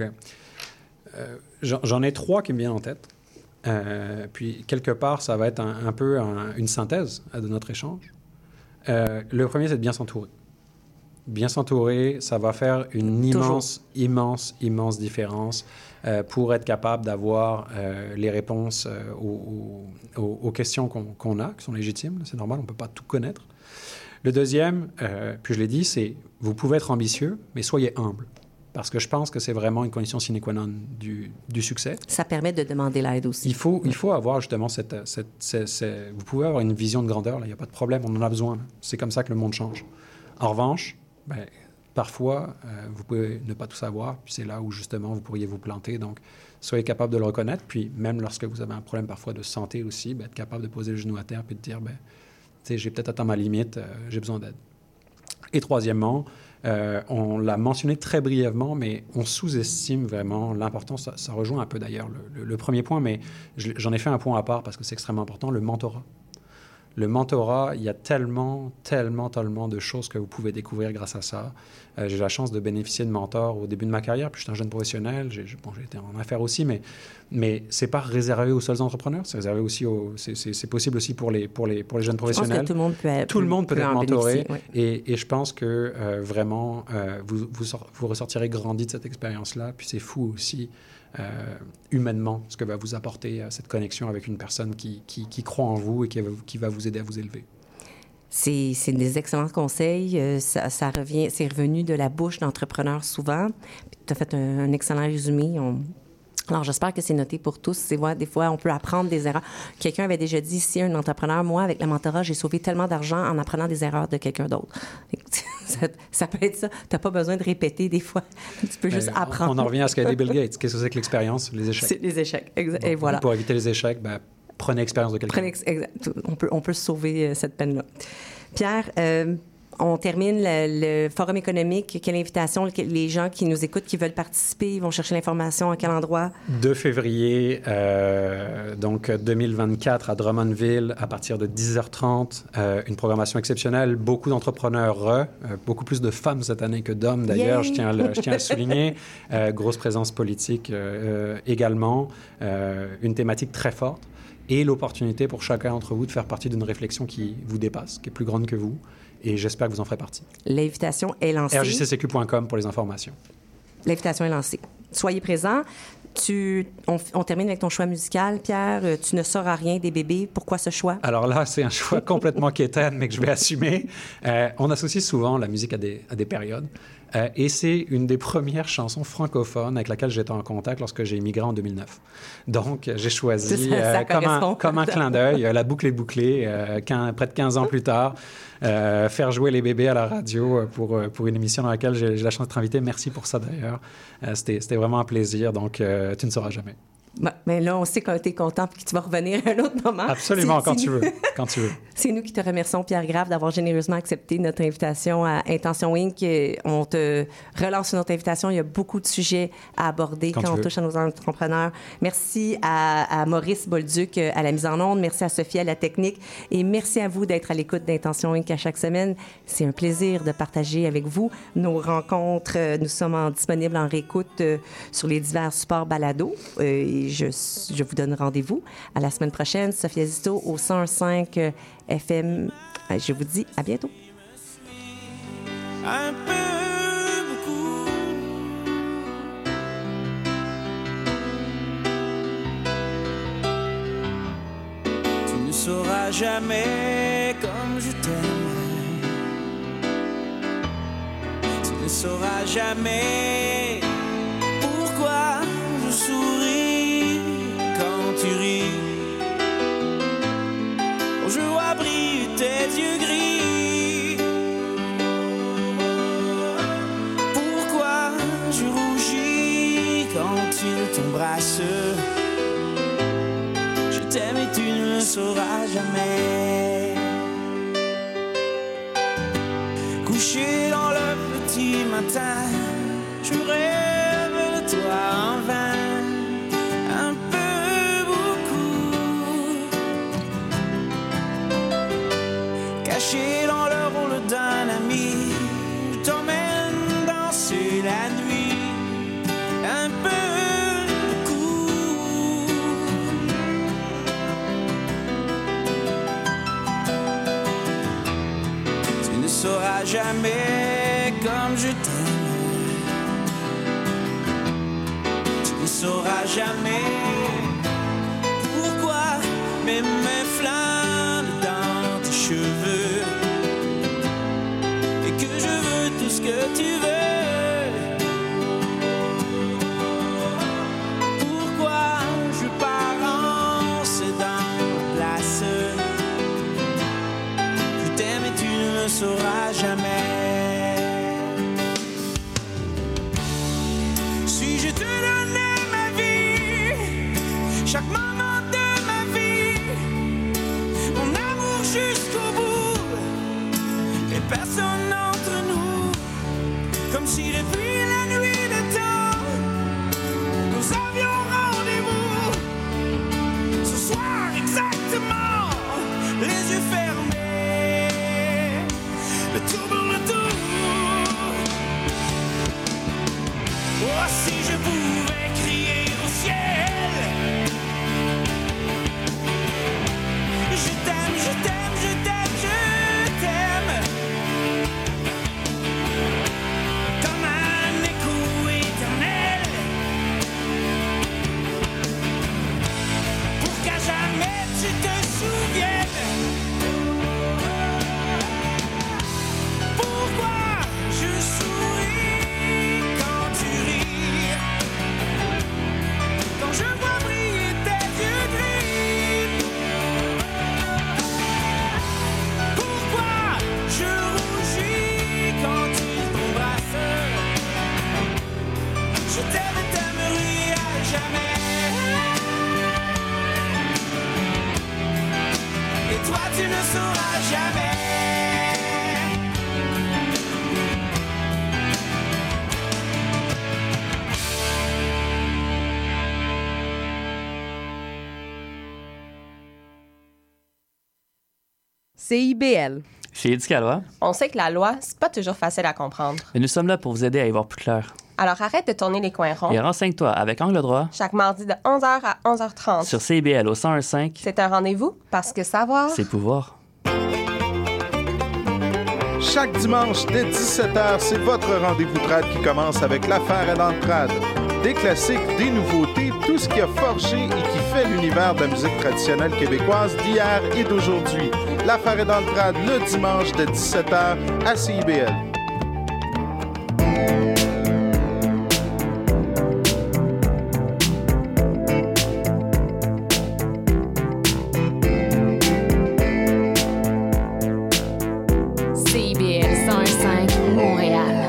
Euh, j'en, j'en ai trois qui me viennent en tête. Euh, puis, quelque part, ça va être un, un peu un, une synthèse de notre échange. Euh, le premier, c'est de bien s'entourer. Bien s'entourer, ça va faire une immense, Toujours. immense, immense différence euh, pour être capable d'avoir euh, les réponses euh, aux, aux, aux questions qu'on, qu'on a, qui sont légitimes. C'est normal, on ne peut pas tout connaître. Le deuxième, euh, puis je l'ai dit, c'est vous pouvez être ambitieux, mais soyez humble. Parce que je pense que c'est vraiment une condition sine qua non du, du succès. Ça permet de demander l'aide aussi. Il faut, il faut avoir justement cette... cette, cette, cette vous pouvez avoir une vision de grandeur, il n'y a pas de problème, on en a besoin. Là. C'est comme ça que le monde change. En revanche, ben, parfois, euh, vous pouvez ne pas tout savoir, puis c'est là où, justement, vous pourriez vous planter. Donc, soyez capable de le reconnaître, puis même lorsque vous avez un problème parfois de santé aussi, ben, être capable de poser le genou à terre puis de dire, ben, tu sais, j'ai peut-être atteint ma limite, euh, j'ai besoin d'aide. Et troisièmement, euh, on l'a mentionné très brièvement, mais on sous-estime vraiment l'importance, ça, ça rejoint un peu d'ailleurs le, le, le premier point, mais je, j'en ai fait un point à part parce que c'est extrêmement important, le mentorat. le mentorat, il y a tellement, tellement, tellement de choses que vous pouvez découvrir grâce à ça. Euh, j'ai la chance de bénéficier de mentors au début de ma carrière, puis j'étais un jeune professionnel, j'ai, bon, j'ai été en affaires aussi, mais, mais c'est pas réservé aux seuls entrepreneurs, c'est réservé aussi aux, c'est, c'est, c'est possible aussi pour les, pour les, pour les jeunes professionnels. Je pense que tout le monde peut être, tout le monde peut, peut être mentoré, oui. et, et je pense que euh, vraiment, euh, vous, vous, sort, vous ressortirez grandi de cette expérience-là, puis c'est fou aussi, euh, humainement, ce que va vous apporter euh, cette connexion avec une personne qui, qui, qui croit en vous et qui va, qui va vous aider à vous élever. C'est, c'est des excellents conseils. Euh, ça, ça revient, c'est revenu de la bouche d'entrepreneurs souvent. Tu as fait un, un excellent résumé. On... Alors, j'espère que c'est noté pour tous. C'est vrai, des fois, on peut apprendre des erreurs. Quelqu'un avait déjà dit ici, un entrepreneur, moi, avec le mentorat, j'ai sauvé tellement d'argent en apprenant des erreurs de quelqu'un d'autre. Ça, ça peut être ça. Tu n'as pas besoin de répéter des fois. Tu peux juste on, apprendre. On en revient à ce qu'a dit Bill Gates. Qu'est-ce que c'est que l'expérience? Les échecs. C'est les échecs. Exa- bon, et voilà. Pour éviter les échecs, ben, prenez expérience de quelqu'un. Prenez ex- exact. On peut, on peut sauver euh, cette peine-là. Pierre, euh, on termine le, le forum économique. Quelle invitation? Les gens qui nous écoutent, qui veulent participer, ils vont chercher l'information à quel endroit? deux février, euh, donc deux mille vingt-quatre, à Drummondville, à partir de dix heures trente. Euh, une programmation exceptionnelle. Beaucoup d'entrepreneurs, euh, beaucoup plus de femmes cette année que d'hommes, d'ailleurs. Je tiens à le, je tiens à le souligner. Euh, grosse présence politique euh, également. Euh, une thématique très forte. Et l'opportunité pour chacun d'entre vous de faire partie d'une réflexion qui vous dépasse, qui est plus grande que vous. Et j'espère que vous en ferez partie. L'invitation est lancée. R J C C Q point com pour les informations. L'invitation est lancée. Soyez présents. Tu, on, on termine avec ton choix musical, Pierre. Tu ne sauras rien des bébés. Pourquoi ce choix? Alors là, c'est un choix complètement quétaine, mais que je vais assumer. Euh, on associe souvent la musique à des, à des périodes. Euh, et c'est une des premières chansons francophones avec laquelle j'étais en contact lorsque j'ai immigré en deux mille neuf. Donc, j'ai choisi, ça, ça euh, comme, un, comme un clin d'œil, la boucle est bouclée, euh, quinze, près de quinze ans plus tard, euh, faire jouer les bébés à la radio pour, pour une émission dans laquelle j'ai, j'ai la chance d'être invité. Merci pour ça, d'ailleurs. Euh, c'était, c'était vraiment un plaisir, donc euh, tu ne sauras jamais. Ben, mais là, on sait que tu es content et que tu vas revenir à un autre moment. Absolument, c'est, quand c'est tu nous... veux. Quand tu veux. C'est nous qui te remercions, Pierre Graff, d'avoir généreusement accepté notre invitation à Intention Incorporée. On te relance sur notre invitation. Il y a beaucoup de sujets à aborder quand, quand on veux. touche à nos entrepreneurs. Merci à, à Maurice Bolduc à la mise en onde. Merci à Sophie à la technique. Et merci à vous d'être à l'écoute d'Intention Incorporée à chaque semaine. C'est un plaisir de partager avec vous nos rencontres. Nous sommes en, disponibles en réécoute euh, sur les divers supports balado. Euh, et je, je vous donne rendez-vous à la semaine prochaine. Sophie Azito au cent un virgule cinq F M. Je vous dis à bientôt. Un peu, beaucoup. Tu ne sauras jamais comme je t'aime. Tu ne sauras jamais pourquoi je souris quand tu ris. Je vois briller tes yeux gris. Pourquoi je rougis quand tu t'embrasses? Je t'aime et tu ne le sauras jamais. Couché dans le petit matin, je rêve de toi en vain. Caché dans le rôle d'un ami, je t'emmène danser la nuit. Un peu beaucoup. Tu ne sauras jamais comme je t'aime. Tu ne sauras jamais pourquoi mes mains flânent dans tes cheveux. Tout ce que tu veux. Pourquoi je pars en cédant la place? Je t'aime et tu ne le sauras jamais. Si je te donnais ma vie, chaque moment de ma vie, mon amour jusqu'au bout, et personne n'entre nous. Comme si depuis la nuit des temps, nous avions rendez-vous. Ce soir exactement, les yeux fermés. toi tu ne sauras jamais. C I B L. Chez Éducalois, On sait que la loi, c'est pas toujours facile à comprendre. mais nous sommes là pour vous aider à y voir plus clair. Alors arrête de tourner les coins ronds. Et renseigne-toi avec Angle droit Chaque mardi de onze heures à onze heures trente. sur C I B L au cent un virgule cinq. C'est un rendez-vous parce que savoir... C'est pouvoir. Chaque dimanche dès dix-sept heures, c'est votre rendez-vous trad qui commence avec l'affaire est dans le trad. Des classiques, des nouveautés, tout ce qui a forgé et qui fait l'univers de la musique traditionnelle québécoise d'hier et d'aujourd'hui. L'affaire est dans le trad le dimanche de dix-sept heures à C I B L. C I B L cent un virgule cinq Montréal.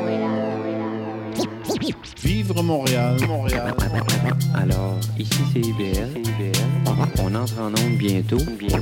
Vivre Montréal, Montréal. Alors, ici c'est I B L. On entre en onde bientôt.